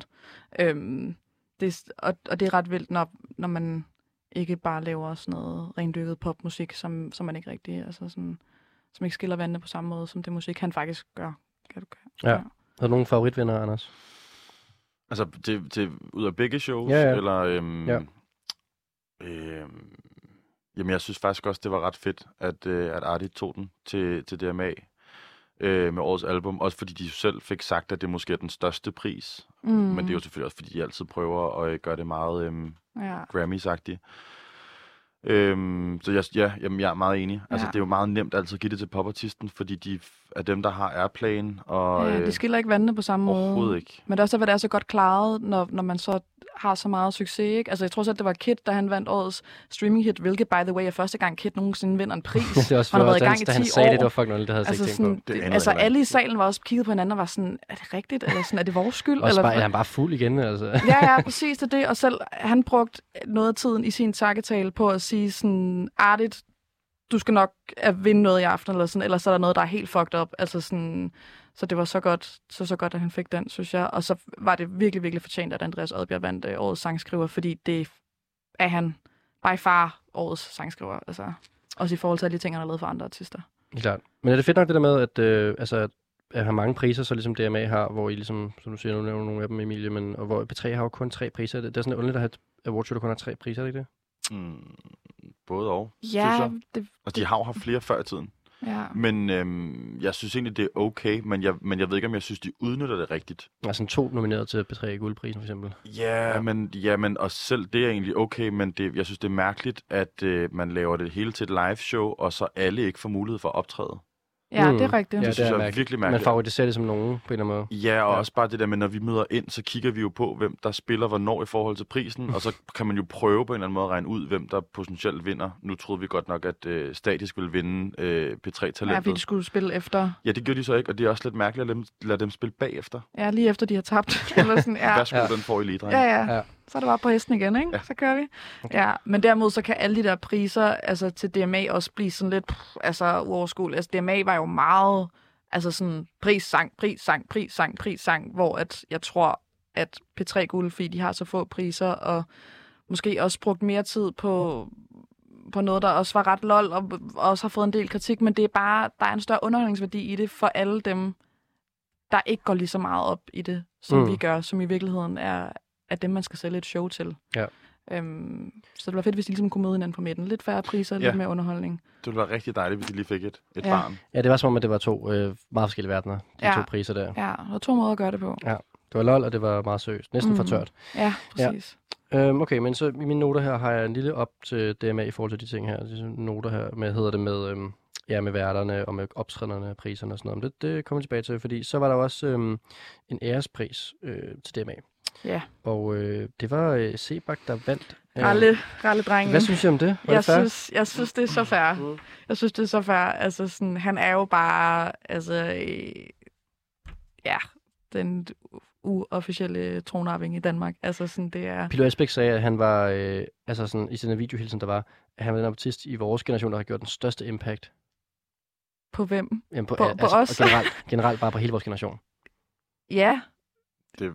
Og det er ret vildt, når man ikke bare laver sådan noget rendykket popmusik, som man ikke rigtig, altså sådan, som ikke skiller vandene på samme måde, som det musik, han faktisk gør. Ja. Har du nogen favoritvinder, Anders? Altså, det ud af begge shows? Ja. Eller, jamen, jeg synes faktisk også, det var ret fedt, at Artie tog den til DMA med årets album. Også fordi de selv fik sagt, at det måske er den største pris. Men det er jo selvfølgelig også, fordi de altid prøver at gøre det meget Grammys-agtigt. Så jeg er meget enig. Altså, det er jo meget nemt altid at give det til popartisten, fordi de er dem, der har airplayen. Og, de skiller ikke vandene på samme måde. Overhovedet ikke. Men det er også derfor, det er så godt klaret, når man så har så meget succes, ikke? Altså, jeg tror selv, det var Kid, da han vandt årets streaming-hit, hvilket, by the way, er første gang Kid nogensinde vinder en pris. Det er også han har været i gang i 10 år. Han sagde det var fucking noget, det havde jeg ikke tænkt på. Altså, alle i salen var også kigget på hinanden og var sådan, er det rigtigt? Eller sådan, er det vores skyld? Eller er han bare fuld igen? Altså. Ja, præcis det. Og selv, han brugte noget af tiden i sin takketale på at sige sådan, Artit, du skal nok vinde noget i aften, eller sådan, eller så er der noget, der er helt fucked up. Altså sådan, så det var så godt, at han fik den, synes jeg. Og så var det virkelig, virkelig fortjent, at Andreas Odbjerg vandt årets sangskriver, fordi det er han by far årets sangskriver. Altså, også i forhold til alle de ting, han har lavet for andre artister. Klart. Men er det fedt nok det der med, at have mange priser, så ligesom DMA har, hvor I ligesom, som du siger, nu nævner nogle af dem, Emilie, men, og hvor P3 har jo kun 3 priser. Det er sådan underligt at have et awardshow, der kun har 3 priser, er det ikke det? Både og, Ja, synes jeg. det... Og de har jo haft flere før i tiden. Ja. Men jeg synes egentlig, det er okay, men jeg ved ikke, om jeg synes, de udnytter det rigtigt. Altså 2 nomineret til P3 Guldprisen, for eksempel. Ja, men og selv det er egentlig okay, men jeg synes, det er mærkeligt, at man laver det hele til et live-show, og så alle ikke får mulighed for at optræde. Ja, det er rigtigt. Ja, det synes jeg er virkelig mærkeligt. Man favoriserer det som nogen på en eller anden måde. Ja, og også bare det der med, når vi møder ind, så kigger vi jo på, hvem der spiller hvornår i forhold til prisen, og så kan man jo prøve på en eller anden måde at regne ud, hvem der potentielt vinder. Nu troede vi godt nok, at Statisk ville vinde P3-talentet. Ja, fordi de skulle spille efter. Ja, det gjorde de så ikke, og det er også lidt mærkeligt at lade dem spille bagefter. Ja, lige efter de har tabt. Eller sådan, ja. Værsgo, den får I lige, dreng. Ja. Så er det bare på hesten igen, ikke? Ja. Så kører vi. Okay. Ja, men derimod så kan alle de der priser altså til DMA også blive sådan lidt uoverskueligt. Altså DMA var jo meget altså sådan prissang, hvor at jeg tror, at P3 Guld, de har så få priser, og måske også brugt mere tid på noget, der også var ret lol, og også har fået en del kritik, men det er bare, der er en større underholdningsværdi i det for alle dem, der ikke går lige så meget op i det, som vi gør, som i virkeligheden er dem, man skal sælge et show til. Ja. Så det var fedt, hvis de ligesom kunne møde hinanden på midten. Lidt færre priser, lidt mere underholdning. Det ville være rigtig dejligt, hvis de lige fik et barn. Ja, det var som om, at det var 2 meget forskellige verdener, de 2 priser der. Ja, der var 2 måder at gøre det på. Ja, det var lol, og det var meget seriøst. Næsten for tørt. Ja, præcis. Ja. Okay, men så i mine noter her har jeg en lille op til DMA i forhold til de ting her. De noter her med værterne og med optræderne af priserne og sådan noget. Det kommer tilbage til, fordi så var der også en ærespris til DMA. Ja. Og det var Sebak, der vandt. Ralle-drengen. Hvad synes I om det? Jeg synes, det er så fair. Jeg synes, det er så fair. Altså, sådan, han er jo bare, den uofficielle tronarving i Danmark. Altså, sådan, det er... Pilo Asbæk sagde, at han var, i sin videohilsen, der var, at han var den artist i vores generation, der har gjort den største impact. På hvem? Jamen, på os? Generelt bare på hele vores generation. Ja. Det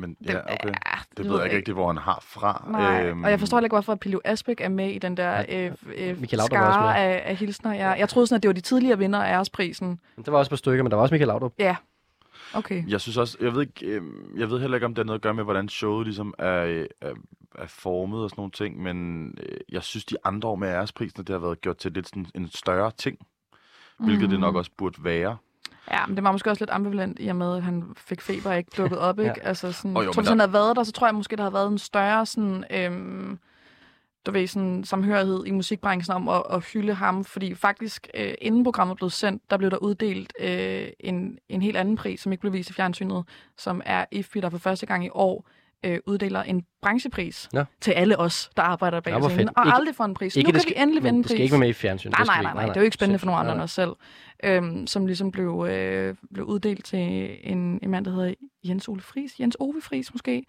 ved jeg ikke rigtig, hvor han har fra. Nej, og jeg forstår ikke, hvorfor Pilo Asbæk er med i den der skare af hilsner. Jeg troede sådan, at det var de tidligere vinder af æresprisen. Det var også på stykker, men der var også Michael Laudrup. Ja. Okay. Jeg synes også, jeg ved heller ikke, om det er noget at gøre med, hvordan showet ligesom er formet og sådan nogle ting, men jeg synes, de andre år med æresprisen, det har været gjort til lidt sådan en større ting, hvilket det nok også burde være. Ja, men det var måske også lidt ambivalent i og med, at han fik feber og ikke dukket op, ikke? Ja. Altså sådan, hvis han havde været der, så tror jeg måske, der havde været en større sådan, sådan samhørighed i musikbranchen om at hylde ham, fordi faktisk, inden programmet blev sendt, der blev der uddelt en helt anden pris, som ikke blev vist i fjernsynet, som er IFPI, der for første gang i år uddeler en branchepris til alle os, der arbejder bag scenen, og aldrig får en pris. Nu kan vi endelig vinde en pris. Det skal ikke være med i fjernsynet. Nej, det er jo ikke spændende for nogen andre end os selv. Som ligesom blev uddelt til en mand, der hedder Jens Ove Friis måske,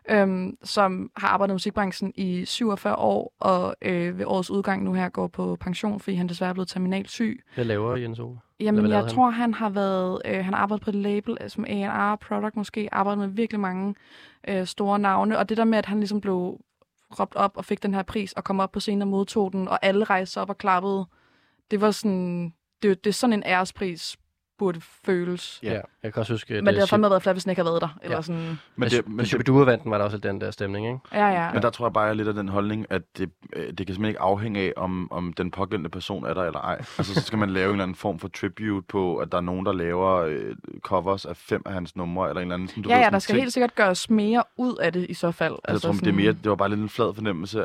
som har arbejdet i musikbranchen i 47 år, og ved årets udgang nu her går på pension, fordi han desværre er blevet terminalt syg. Hvad laver Jens Ove? Jamen, jeg tror, han har været... han har arbejdet på et label som A&R Product måske, arbejdet med virkelig mange store navne, og det der med, at han ligesom blev råbt op og fik den her pris, og kom op på scenen og modtog den, og alle rejste op og klappede, det var sådan... Det er sådan en ærespris burde føles. Ja, jeg kan også huske... Men det har fandme været flat, hvis den ikke har været der. Ja. Eller sådan. Men Shubidua vandt den, var der også den der stemning, ikke? Ja. Men der tror jeg bare, lidt af den holdning, at det kan simpelthen ikke afhænge af, om den pågældende person er der eller ej. Altså, så skal man lave en eller anden form for tribute på, at der er nogen, der laver covers af 5 af hans numre, eller en eller anden... Sådan, der skal helt sikkert gøres mere ud af det i så fald. Altså, jeg tror, sådan... det var bare lidt en flad fornemmelse,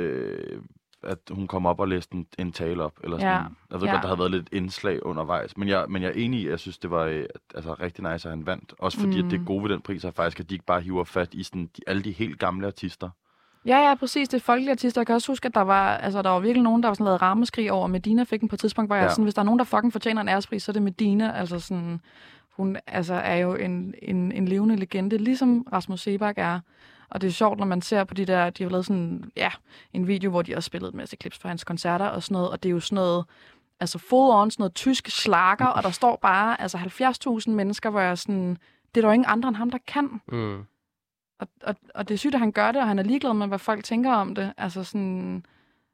at hun kom op og læste en tale op. Eller sådan. Jeg ved godt, der havde været lidt indslag undervejs. Men jeg er enig i, at jeg synes, det var rigtig nice, at han vandt. Også fordi, at det gode ved den pris er faktisk, at de ikke bare hiver fat i sådan, alle de helt gamle artister. Ja, præcis. Det er folkelige artister. Jeg kan også huske, at der var virkelig nogen, der var sådan lavet rammeskrig over. Medina fik den på et tidspunkt, hvor jeg sådan, hvis der er nogen, der fucking fortjener en ærespris, så er det Medina. Altså sådan, hun er jo en levende legende, ligesom Rasmus Sebak er. Og det er sjovt, når man ser på de har lavet sådan, en video, hvor de også spillede en masse clips fra hans koncerter og sådan noget, og det er jo sådan noget, altså full on, sådan noget tysk slager, og der står bare, altså 70.000 mennesker, hvor jeg sådan, det er der jo ingen andre end ham, der kan. Mm. Og det er sygt, at han gør det, og han er ligeglad med, hvad folk tænker om det. Altså sådan,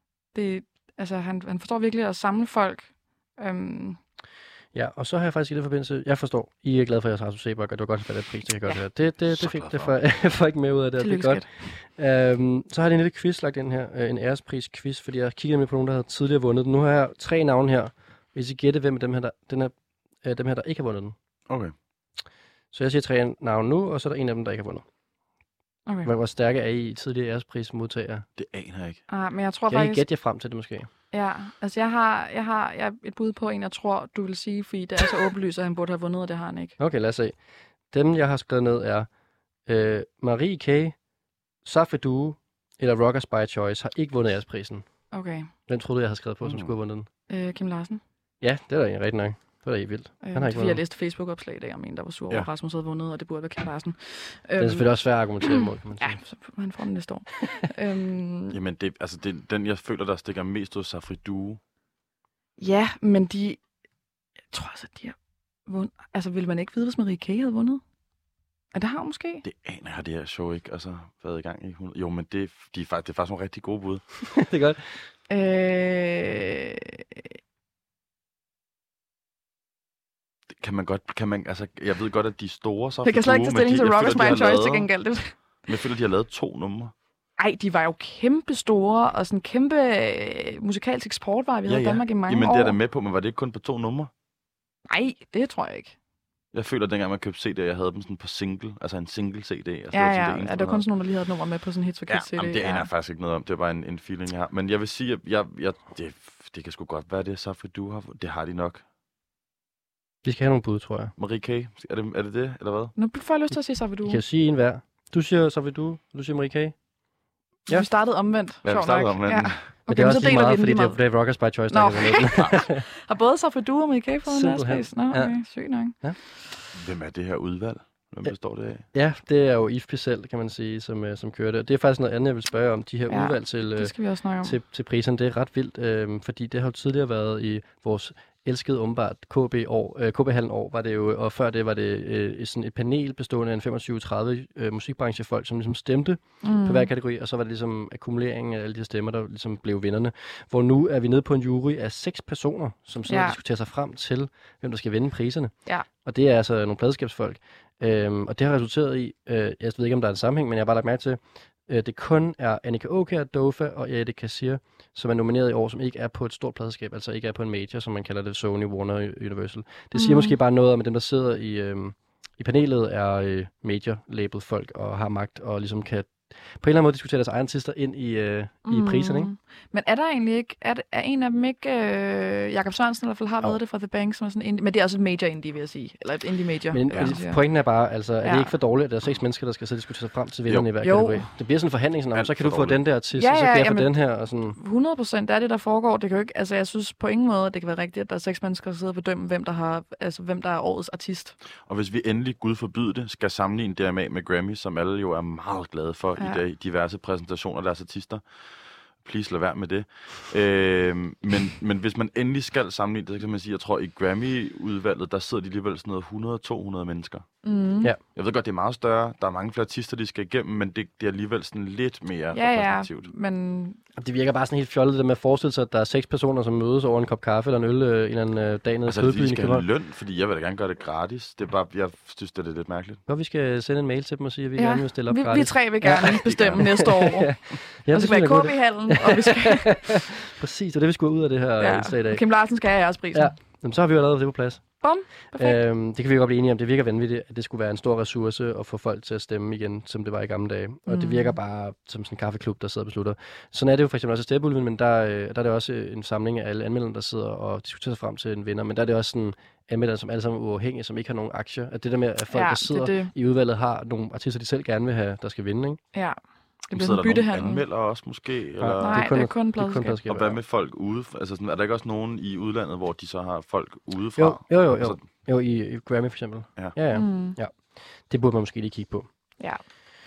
han forstår virkelig at samle folk. Ja, og så har jeg faktisk i den forbindelse, jeg forstår, I er glade for jeres Rasmus Seebach, og det var godt, at det pris, det kan godt høre. Det er fint, det får ikke med ud af det, det er godt. Så har jeg en lille quiz lagt ind her, en ærespris-quiz, fordi jeg kiggede med på nogen, der havde tidligere vundet den. Nu har jeg 3 navne her, hvis I gætter, hvem af dem her, der ikke har vundet den. Okay. Så jeg siger 3 navne nu, og så er der en af dem, der ikke har vundet. Okay. Hvor stærke er I tidligere æresprismodtagere? Det aner jeg ikke. Men jeg tror Kan faktisk... I gætte jer frem til det måske? Ja, altså jeg har et bud på en, jeg tror, du vil sige, fordi det er så åbenlyst, at han burde have vundet, og det har han ikke. Okay, lad os se. Dem, jeg har skrevet ned, er Marie K., Safri Duo eller Rockers by Choice har ikke vundet æresprisen. Okay. Hvem troede du, jeg havde skrevet på, som skulle have vundet den? Kim Larsen. Ja, det er da egentlig rigtig nok. Det var da helt vildt. Han har ikke fordi jeg læste Facebook-opslag i dag om en, der var sur over, Rasmus havde vundet, og det burde være Kim Larsen. Det er selvfølgelig også svært at argumentere imod, kan man sige. Ja, så han får den næste år. Jamen, det er den, jeg føler, der stikker mest ud, Safri Duo. Ja, men jeg tror også, at de har vundet. Altså, ville man ikke vide, hvis Marie K. havde vundet? Det har hun måske. Det aner jeg, det her show ikke. Altså, været i gang i 100. Jo, men det er faktisk nogle rigtig gode bud. Det er godt. Altså, jeg ved godt, at de er store, så jeg kan slet ikke tage stilling til Rockers by Choice til gengæld. Men jeg føler, de har lavet 2 numre. Ej, de var jo kæmpe store, og sådan kæmpe musikalsk eksportvare, vi havde i Danmark i mange år. Jamen, det er der med på, men var det ikke kun på 2 numre? Nej, det tror jeg ikke. Jeg føler, at dengang man købte CD'er, jeg havde dem sådan på single, altså en single CD. Altså, det var kun sådan nogen, der lige havde et nummer med på sådan en Hits for Kids CD. Jamen, det aner jeg faktisk ikke noget om. Det var bare en feeling, jeg har. Men jeg vil sige, at det kan sgu godt være, det Safri Duo har. Det har de nok. Vi skal have nogle bud, tror jeg. Marie K. Er det, eller hvad? Nu får jeg lyst til at sige Safri Duo. Vi kan sige en hver. Du siger Safri Duo, du siger Marie K. Ja. Vi startede omvendt. Ja, vi startede omvendt. Ja. Men det er også lige meget, fordi det er Rockers by Choice, der kan har både Safri Duo og Marie K fået en æresplads? Nå, okay. Sygt nok. Ja. Hvem er det her udvalg? Hvem består det af? Ja, det er jo IFP selv, kan man sige, som kører det. Det er faktisk noget andet, jeg vil spørge om. De her udvalg til priserne, det er ret vildt, fordi det har jo tidligere været i vores elskede åbenbart KB-hallen år, var det jo, og før det var det sådan et panel bestående af 25-30 musikbranchefolk, som ligesom stemte på hver kategori, og så var det ligesom akkumuleringen af alle de her stemmer, der ligesom blev vinderne. Hvor nu er vi nede på en jury af 6 personer, som så diskuterer sig frem til, hvem der skal vinde priserne. Ja. Og det er altså nogle pladeskabsfolk. Og det har resulteret i, jeg ved ikke, om der er en sammenhæng, men jeg har bare lagt mærke til, det kun er Annika Aukjær, Dofa og Erik Kassir, som er nomineret i år, som ikke er på et stort pladeskab, altså ikke er på en major, som man kalder det, Sony, Warner, Universal. Det siger måske bare noget om, at dem, der sidder i panelet, er major-label folk og har magt og ligesom kan på en eller anden måde diskutere deres egne artister ind i priserne, ikke? Men er der egentlig ikke, er en af dem ikke, Jakob Sørensen i hvert fald har været det fra The Bank, som er sådan indie, men det er også et major indie, vil jeg sige, eller et indie major. Men pointen er bare, altså, er det ikke for dårligt, at der er 6 mennesker, der skal så diskutere sig frem til vinderne i hver kategori? Det bliver sådan en forhandling, sådan, så kan du få den der artist, og så kan jeg få den her, og sådan. 100%, det er det, der foregår. Det kan jo ikke, altså jeg synes på ingen måde, at det kan være rigtigt, at der er 6 mennesker, der sidder og bedømmer, hvem der er årets artist. Og hvis vi endelig, Gud forbyde det, skal sammenligne DMA med Grammy, som alle jo er meget glade for i dag, diverse præsentationer af deres artister. Please lad være med det. Men hvis man endelig skal sammenligne det, så kan man sige, jeg tror i Grammy-udvalget, der sidder de alligevel sådan noget 100-200 mennesker. Ja. Jeg ved godt, det er meget større. Der er mange flere artister, de skal igennem, men det er alligevel sådan lidt mere repræsentativt. Men det virker bare sådan helt fjollet, det med at forestille sig, at der er 6 personer, som mødes over en kop kaffe eller en øl en eller anden dag nede i Kødbyen. Altså, vi skal have løn, fordi jeg vil da gerne gøre det gratis. Det er bare, jeg synes, det er lidt mærkeligt. Vi skal sende en mail til dem og sige, at vi gerne vil stille op gratis. Vi 3 vil gerne bestemme næste år. Og så skal være KB-hallen, og vi skal... Præcis, og det vi skulle ud af det her indslag i dag. Kim Larsen skal have jeres prisen. Ja. Jamen, så har vi jo lavet det på plads. Perfekt. Det kan vi jo godt blive enige om. Det virker vanvittigt, at det skulle være en stor ressource at få folk til at stemme igen, som det var i gamle dage. Og det virker bare som sådan en kaffeklub, der sidder og beslutter. Sådan er det jo for eksempel også i Steppeulven, men der er det også en samling af alle anmelderne, der sidder og diskuterer sig frem til en vinder. Men der er det også sådan anmeldere, som alle sammen er uafhængige, som ikke har nogen aktier. At det der med, at folk, der sidder i udvalget, har nogle artister, de selv gerne vil have, der skal vinde, ikke? Ja. Det bliver sådan byttehandel. Anmelder også måske? Eller? Nej, det er kun pladeskab. Og hvad med folk ude? Altså, sådan, er der ikke også nogen i udlandet, hvor de så har folk udefra? Jo, i Grammy for eksempel. Ja. Det burde man måske lige kigge på. Ja.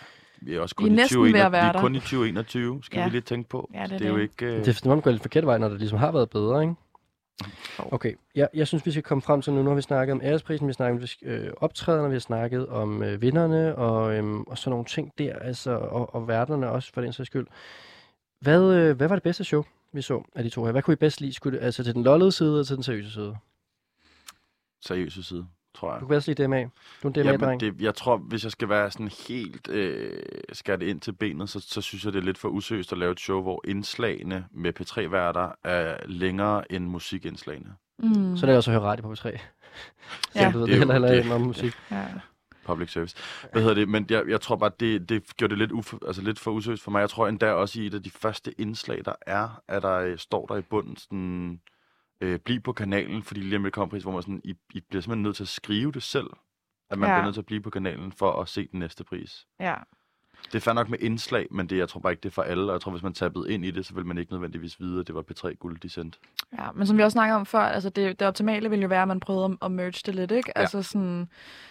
vi er også Vi er kun i næsten 2021. ved at være Vi er der. kun i 2021, skal Ja. vi lige tænke på. Ja, det er det er jo det. ikke... Det er fordi, man går lidt forkert vej, når det ligesom har været bedre, ikke? Okay, jeg synes, vi skal komme frem til nu. Nu har vi snakket om æresprisen, vi har snakket om optræderne, vi har snakket om vinderne og sådan nogle ting der, altså, og værterne også, for den sags skyld. Hvad var det bedste show, vi så af de to her? Hvad kunne I bedst lide? Skulle det, altså til den lollede side eller til den seriøse side? Seriøse side, tror jeg. Du kan bedst lide DMA. Du er en DMA-dreng. Jeg tror, hvis jeg skal være sådan helt skære det ind til benet, så synes jeg, det er lidt for useriøst at lave et show, hvor indslagene med P3-værter er længere end musikindslagene. Mm. Så er det også at høre radio på P3. Ja. Så du ved, Det er det jo- heller det- ikke om musik. Ja. Public service. Hvad hedder det? Men jeg tror bare, det gjorde det lidt for useriøst for mig. Jeg tror endda også i et af de første indslag, der er, at der står der i bunden sådan... Bliv på kanalen, fordi lige om lidt kommer pris, hvor man sådan, I bliver simpelthen nødt til at skrive det selv, at man bliver nødt til at blive på kanalen for at se den næste pris. Ja. Det er fair nok med indslag, men jeg tror bare ikke, det er for alle, og jeg tror, hvis man tappede ind i det, så vil man ikke nødvendigvis vide, at det var P3-guld, de sendte. Ja, men som vi også snakkede om før, altså det optimale ville jo være, at man prøvede at merge det lidt, ikke? Ja. Altså sådan...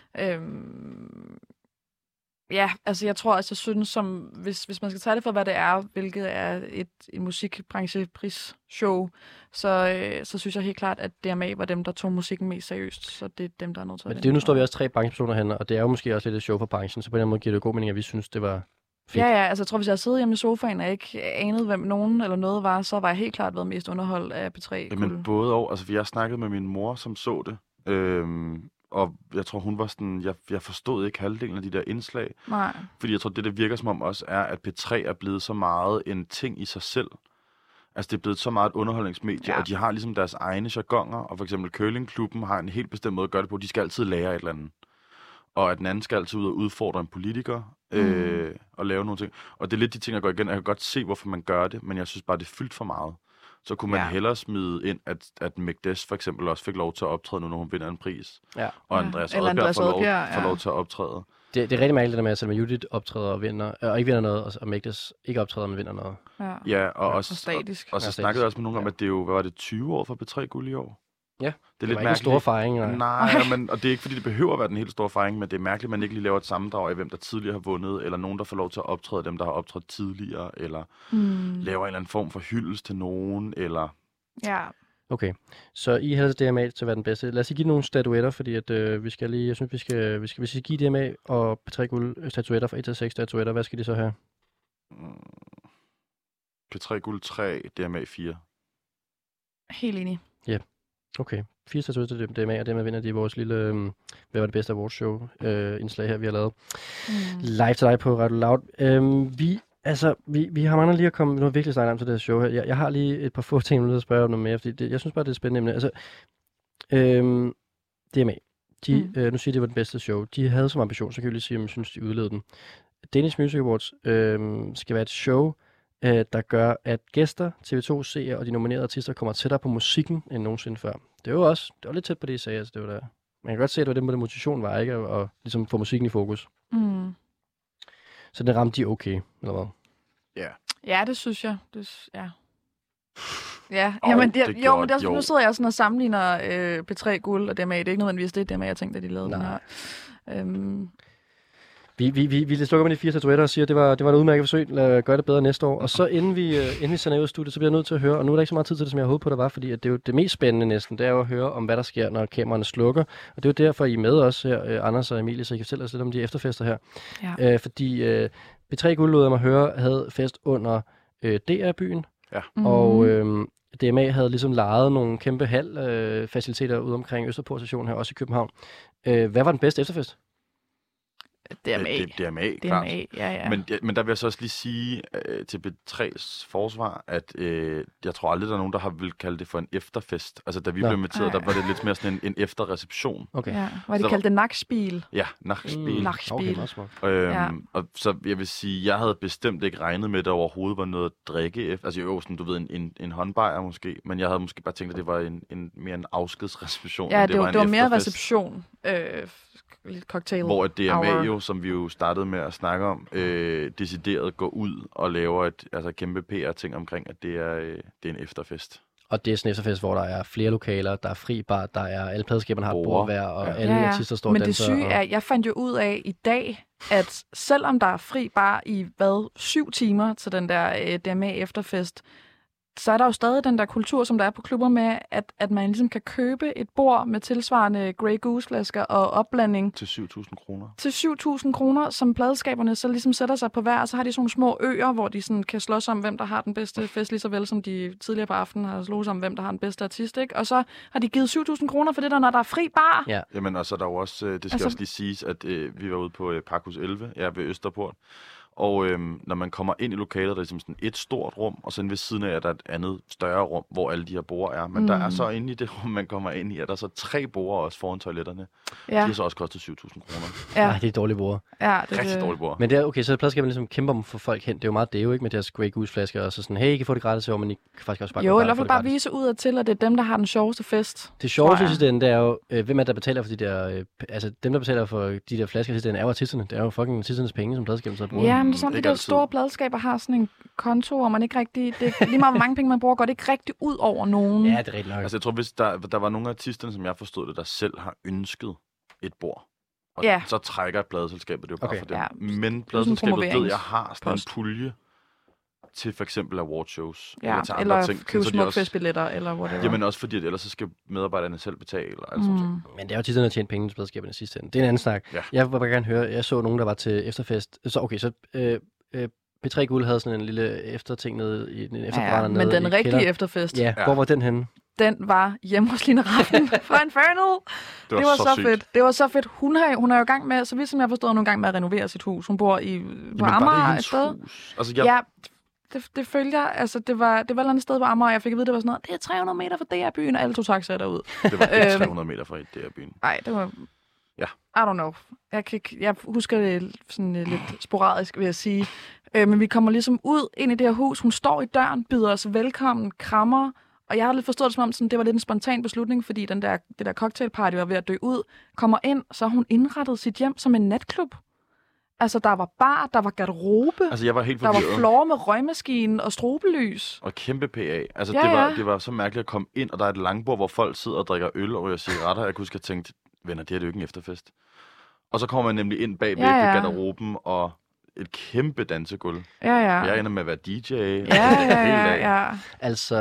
ja, altså jeg tror, jeg synes, som, hvis man skal tage det for, hvad det er, hvilket er et musikbrancheprisshow, så synes jeg helt klart, at DMA var dem, der tog musikken mest seriøst. Så det er dem, der er nødt til at Men det er jo, nu står vi også 3 branchepersoner hen, og det er jo måske også lidt et show for branchen, så på den måde giver det god mening, at vi synes, det var fedt. Ja, altså jeg tror, hvis jeg sidder hjemme i sofaen og ikke anede, hvem nogen eller noget var, så var jeg helt klart været mest underholdt af P3. Men både og, altså jeg snakkede med min mor, som så det, og jeg tror, hun var sådan, jeg forstod ikke halvdelen af de der indslag, Nej. fordi jeg tror, det virker som om også er, at P3 er blevet så meget en ting i sig selv. Altså, det er blevet så meget et underholdningsmedie, og de har ligesom deres egne jargoner, og for eksempel Curlingklubben har en helt bestemt måde at gøre det på. De skal altid lære et eller andet. Og at den anden skal altid ud og udfordre en politiker og lave nogle ting. Og det er lidt de ting, der går igen. Jeg kan godt se, hvorfor man gør det, men jeg synes bare, det er fyldt for meget. Så kunne man hellere smide ind, at Mægdes for eksempel også fik lov til at optræde nu, når hun vinder en pris. Ja. Og Andreas Eller Odbjerg Andreas Odbjerg, får lov til at optræde. Det er rigtig mærkeligt, det der med, at Selma Judith optræder og vinder, og ikke vinder noget, og Mægdes ikke optræder, men vinder noget. Ja, og også Og statisk. Og så snakkede jeg også med nogen om, at det er jo, hvad var det, 20 år for P3-guld i år? Ja, det er lidt mærkeligt. En stor fejring. Nej, og det er ikke, fordi det behøver at være den helt store fejring, men det er mærkeligt, at man ikke lige laver et sammendrag af, hvem der tidligere har vundet, eller nogen, der får lov til at optræde dem, der har optrådt tidligere, eller laver en eller anden form for hyldest til nogen, eller... Ja. Okay, så I havde DMA til at være den bedste. Lad os give nogle statuetter, fordi at, vi skal lige, jeg synes, vi skal give DMA og P3 Guld statuetter fra 1 til 6 statuetter. Hvad skal de så have? P3 Guld 3, DMA 4. Helt enig. Ja, okay. 4 statuetter til DMA, og dermed vinder de vores lille, hvad var det bedste awardshow indslag her, vi har lavet. Live til dig på Radio Loud. Vi har mange lige at komme, nu har virkelig snakket om til det her show her. Jeg har lige et par få ting, jeg vil spørge om noget mere, fordi jeg synes bare, det er et spændende emne. Altså, DMA, nu siger det var den bedste show. De havde som ambition, så kan vi lige sige, om jeg synes, de udlevede den. Danish Music Awards skal være et show, der gør, at gæster, TV2 seere og de nominerede artister kommer tættere på musikken end nogensinde før. Det var lidt tæt på det, I sagde. Altså, det var der. Man kan godt se, at det var det, motivation var, ikke? Og ligesom få musikken i fokus. Så det ramte de okay, eller hvad? Ja. Ja, det synes jeg. Nu sidder jeg sådan og sammenligner P3 Guld og DMA. Det er ikke nødvendigvis det DMA, jeg tænkte, at de lavede den her. Vi slukker med de 4 statuetter og siger, at det var et udmærket forsøg. Lad gøre det bedre næste år. Og så inden vi sender ud af studiet, så bliver jeg nødt til at høre, og nu er der ikke så meget tid til det, som jeg havde håbet på, der var, fordi at det er jo det mest spændende næsten, det er jo at høre om, hvad der sker, når kameraerne slukker. Og det er jo derfor, I er med os her, Anders og Emilie, så I kan fortælle os lidt om de efterfester her. Ja. Fordi P3 Guld, lod jeg mig høre, havde fest under DR-byen. Ja. Og DMA havde ligesom lejet nogle kæmpe halfaciliteter ude omkring Østerport Station her, også i København. Hvad var den bedste efterfest? DMA, klart. Ja. Men der vil jeg så også lige sige til B3's forsvar, at jeg tror aldrig, der er nogen, der vil kalde det for en efterfest. Altså, da vi blev inviteret, der var det lidt mere sådan en efterreception. Okay. Ja. Var det kaldt det nakspil? Ja, nakspil. Nakspil. Okay, og så jeg vil sige, jeg havde bestemt ikke regnet med, at der overhovedet var noget at drikke efter. Altså jo, sådan, du ved, en håndbajer måske, men jeg havde måske bare tænkt, at det var mere en afskedsreception. Ja, det var mere reception. Lidt cocktail. Hvor DMA jo, som vi jo startede med at snakke om, decideret går ud og laver et kæmpe PR-ting omkring, at det er en efterfest. Og det er sådan en efterfest, hvor der er flere lokaler, der er fri bar, der er alle pladskaberne har bordvær, og alle artister står og danser. Men det syge er, jeg fandt jo ud af i dag, at selvom der er fri bare i, 7 timer til den der DMA efterfest, så er der jo stadig den der kultur, som der er på klubber med, at man ligesom kan købe et bord med tilsvarende Grey Goose-flasker og opblanding. Til 7.000 kroner. Til 7.000 kroner, som pladeskaberne så ligesom sætter sig på hver, og så har de sådan nogle små øer, hvor de sådan kan slås om, hvem der har den bedste fest, lige så vel som de tidligere på aftenen har slået om, hvem der har den bedste artist, ikke? Og så har de givet 7.000 kroner for det der, når der er fri bar. Ja. Jamen, og så er der jo også, det skal også lige siges, at vi var ude på Parkhus 11, ved Østerport. Og når man kommer ind i lokalet, der er ligesom sådan et stort rum, og så ved siden af er der et andet større rum, hvor alle de her borde er. Men der er så inde i det rum, man kommer ind i, er der så 3 borde også foran toiletterne. Ja. De har så også kostet 7.000 kroner. Ja. Nej, det er dårlige borde. Ja, det er rigtig dårlige borde. Men det er okay, så pladskaberne ligesom kæmper om for folk hen. Det er jo meget det jo, ikke, med deres Grey Goose-flasker, og så sådan, hey, I kan få det gratis over, men I kan faktisk også bare jo, eller bare vise ud af til, at det er dem, der har den sjoveste fest. Det sjoveste sidste ende, det er jo, hvem er der betaler for de der, altså dem, der betaler for de der flasker sidste ende, er jo artisterne. Det er jo fucking artisternes penge, som pladskaberne så bruger. Ja, men det er sådan, de der store pladskaber har sådan en konto, og man ikke rigtig, det er lige meget, hvor mange penge man bruger, går det ikke rigtig ud over nogen. Ja, det er rigtigt nok. Altså jeg tror, hvis der var nogle af artisterne, som jeg forstod det, der selv har ønsket et bord. Og så trækker pladeselskabet det jo bare for dem. Ja. Men pladeselskabet ved, jeg har sådan en pulje til for eksempel awardshows. Ja, eller købe smukfestbilletter, eller whatever. Jamen også fordi, at ellers så skal medarbejderne selv betale. Og alt sådan. Men det er jo tit, at tjene penge til pladeskaberne i sidste ende. Det er en anden snak. Ja. Jeg vil bare gerne høre, jeg så nogen, der var til efterfest. Så P3 Guld havde sådan en lille efterting nede i den efterbrænder nede. Men den rigtige efterfest. Ja, hvor var den henne? Den var hjemme hos Line Raffen fra Infernal. Det var så fedt. Det var så fedt. Hun er jo i gang med, så vidt som jeg forstod, hun er i gang med at renovere sit hus. Hun bor på Amager et sted. Altså, Ja, det følger jeg. Altså, det var et eller andet sted på Amager, jeg fik at vide, det var sådan noget, det er 300 meter fra DR-byen, og alle tog taxaer derud. Det var ikke 300 meter fra DR-byen. Nej, det var... Ja. I don't know. Jeg husker det sådan lidt sporadisk, vil jeg sige. Men vi kommer ligesom ud ind i det her hus. Hun står i døren, byder os velkommen, krammer. Og jeg har lidt forstået det som om, sådan, det var lidt en spontan beslutning, fordi det der cocktailparty var ved at dø ud. Kommer ind, så har hun indrettet sit hjem som en natklub. Altså, der var bar, der var garderobe. Altså, jeg var helt forvirret. Der var floor med røgmaskine og strobelys. Og kæmpe PA. Altså, det var så mærkeligt at komme ind, og der er et langbord, hvor folk sidder og drikker øl og ryger cigaretter. Jeg kunne huske, at jeg tænkte, venner, det er jo ikke en efterfest. Og så kommer man nemlig ind bagved ved garderoben og et kæmpe dansegulv. Ja. Jeg ender med at være DJ. Ja. Altså,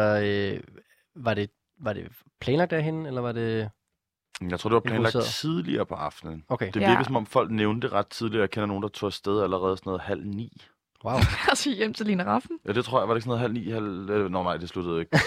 var det planlagt derhen, eller var det... Jeg tror, det var planlagt tidligere på aftenen. Okay. Det virkede, som om folk nævnte det ret tidligt. Jeg kender nogen, der tog afsted allerede sådan noget 8:30. Wow. Altså hjem til Line Raffen? Ja, det tror jeg. Var det ikke sådan noget 9:30? Nå nej, det sluttede ikke.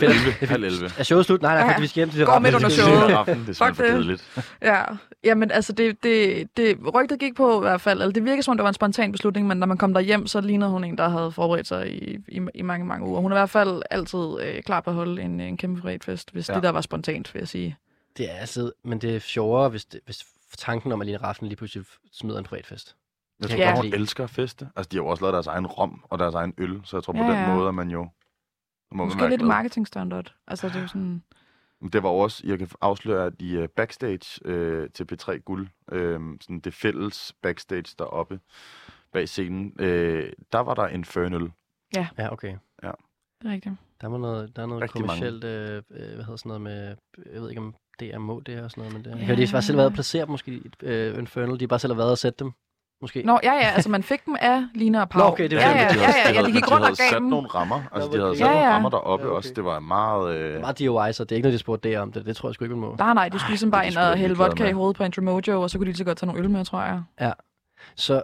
10:30. Er showet slut? Nej, fordi vi skal hjem til Raffen. Går midt under showet. Det er simpelthen for kedeligt. Ja, jamen altså, det rygtet gik på i hvert fald. Altså, det virker som om, det var en spontan beslutning, men når man kom derhjem, så lignede hun en, der havde forberedt sig i mange, mange uger. Hun er i hvert fald altid klar på at holde en kæmpe fredfest, hvis det der var spontant, vil jeg sige. Det er altså, men det er sjovere, hvis tanken om, at Line Raffen lige pludselig smider en privatfest. Jeg tror bare, hun elsker at feste. Altså, de har jo også lavet deres egen rom og deres egen øl, så jeg tror på den måde, at man jo... Måske lidt marketingstandard. Altså, det er jo sådan... Det var også, jeg kan afsløre, at i backstage til P3 Guld, sådan det fælles backstage deroppe bag scenen, der var der Infernal. Ja, okay. Ja. Det er rigtigt. Der er noget kommercielt, hvad hedder sådan noget med, jeg ved ikke om det er må det og sådan noget, men det. Jeg hørte, de bare selv været placeret måske Infernal, de bare selv har været og sætte dem. Måske. Nå, altså man fik dem af Lina og Pau. Nå, okay, det var de gik rundt og gav sat nogle rammer. Altså, de havde sat nogle rammer deroppe også. Det var meget... Meget DIY, så det er ikke noget, de spurgte der om det. Det tror jeg sgu ikke, man må. Nej, de skulle ligesom bare ind og hælde vodka i hovedet på Andrew Mojo, og så kunne de lige så godt tage nogle øl med, tror jeg. Ja. Så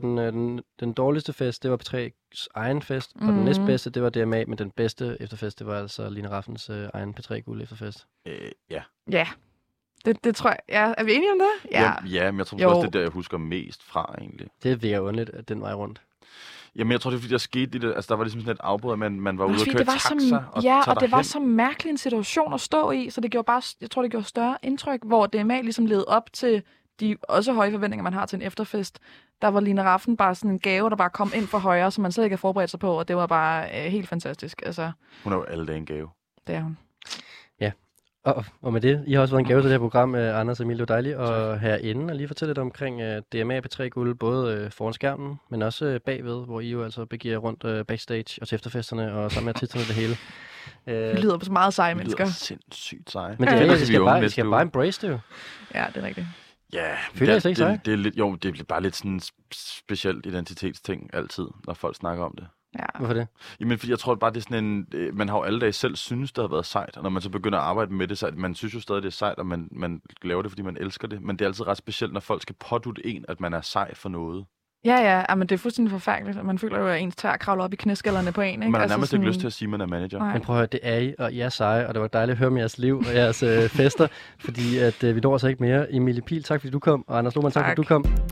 den dårligste fest, det var P3's egen fest, og den næstbedste, det var DMA, men den bedste efterfest, det var altså Line Raffens egen P3 Guld efterfest. Ja. Ja. Det tror jeg. Ja, er vi enige om det? Ja, men jeg tror også, det er der, jeg husker mest fra, egentlig. Det virker underligt, at den vej rundt. Jamen, jeg tror, det er fordi, der skete det. Altså, der var ligesom sådan et afbrud, at man var ude og køre taxa. Og det var så mærkelig en situation at stå i, så det gjorde bare, jeg tror, det gjorde større indtryk, hvor DMA ligesom led op til de også høje forventninger, man har til en efterfest. Der var Line Raffen bare sådan en gave, der bare kom ind for højre, som man slet ikke havde forberedt sig på, og det var bare helt fantastisk. Altså, hun er jo alle dage en gave. Det er hun. Ja. Og med det, I har også været en gave til det her program, Anders Emilio Dejlig, og herinde, og lige fortælle lidt omkring DMA P3 Guld, både foran skærmen, men også bagved, hvor I jo altså begiver rundt backstage og til efterfesterne, og sammen med artisterne det hele. Vi lyder på så meget seje mennesker. Det lyder sindssygt seje. Men det er rigtigt, vi skal bare embrace det jo. Ja, det er rigtigt. Ja, Føler I sig ikke seje? det er lidt, jo, det er bare lidt sådan en specielt identitetsting altid, når folk snakker om det. Ja. Hvorfor det? Jamen, fordi jeg tror bare, det er sådan en... Man har jo alle dage selv synes, det har været sejt, og når man så begynder at arbejde med det, så man synes jo stadig, det er sejt, og man laver det, fordi man elsker det. Men det er altid ret specielt, når folk skal pådutte en, at man er sej for noget. Ja, men det er fuldstændig forfærdeligt. Man føler jo, at ens tær kravler op i knæskallerne på en, ikke? Man har Altså nærmest sådan... ikke lyst til at sige, at man er manager. Nej. Men prøv at høre, det er I, og I er seje, og det var dejligt at høre om jeres liv og jeres fester, fordi at vi når altså ikke mere. Emilie Pihl, tak fordi du kom, og Anders Lohmann, tak fordi du kom.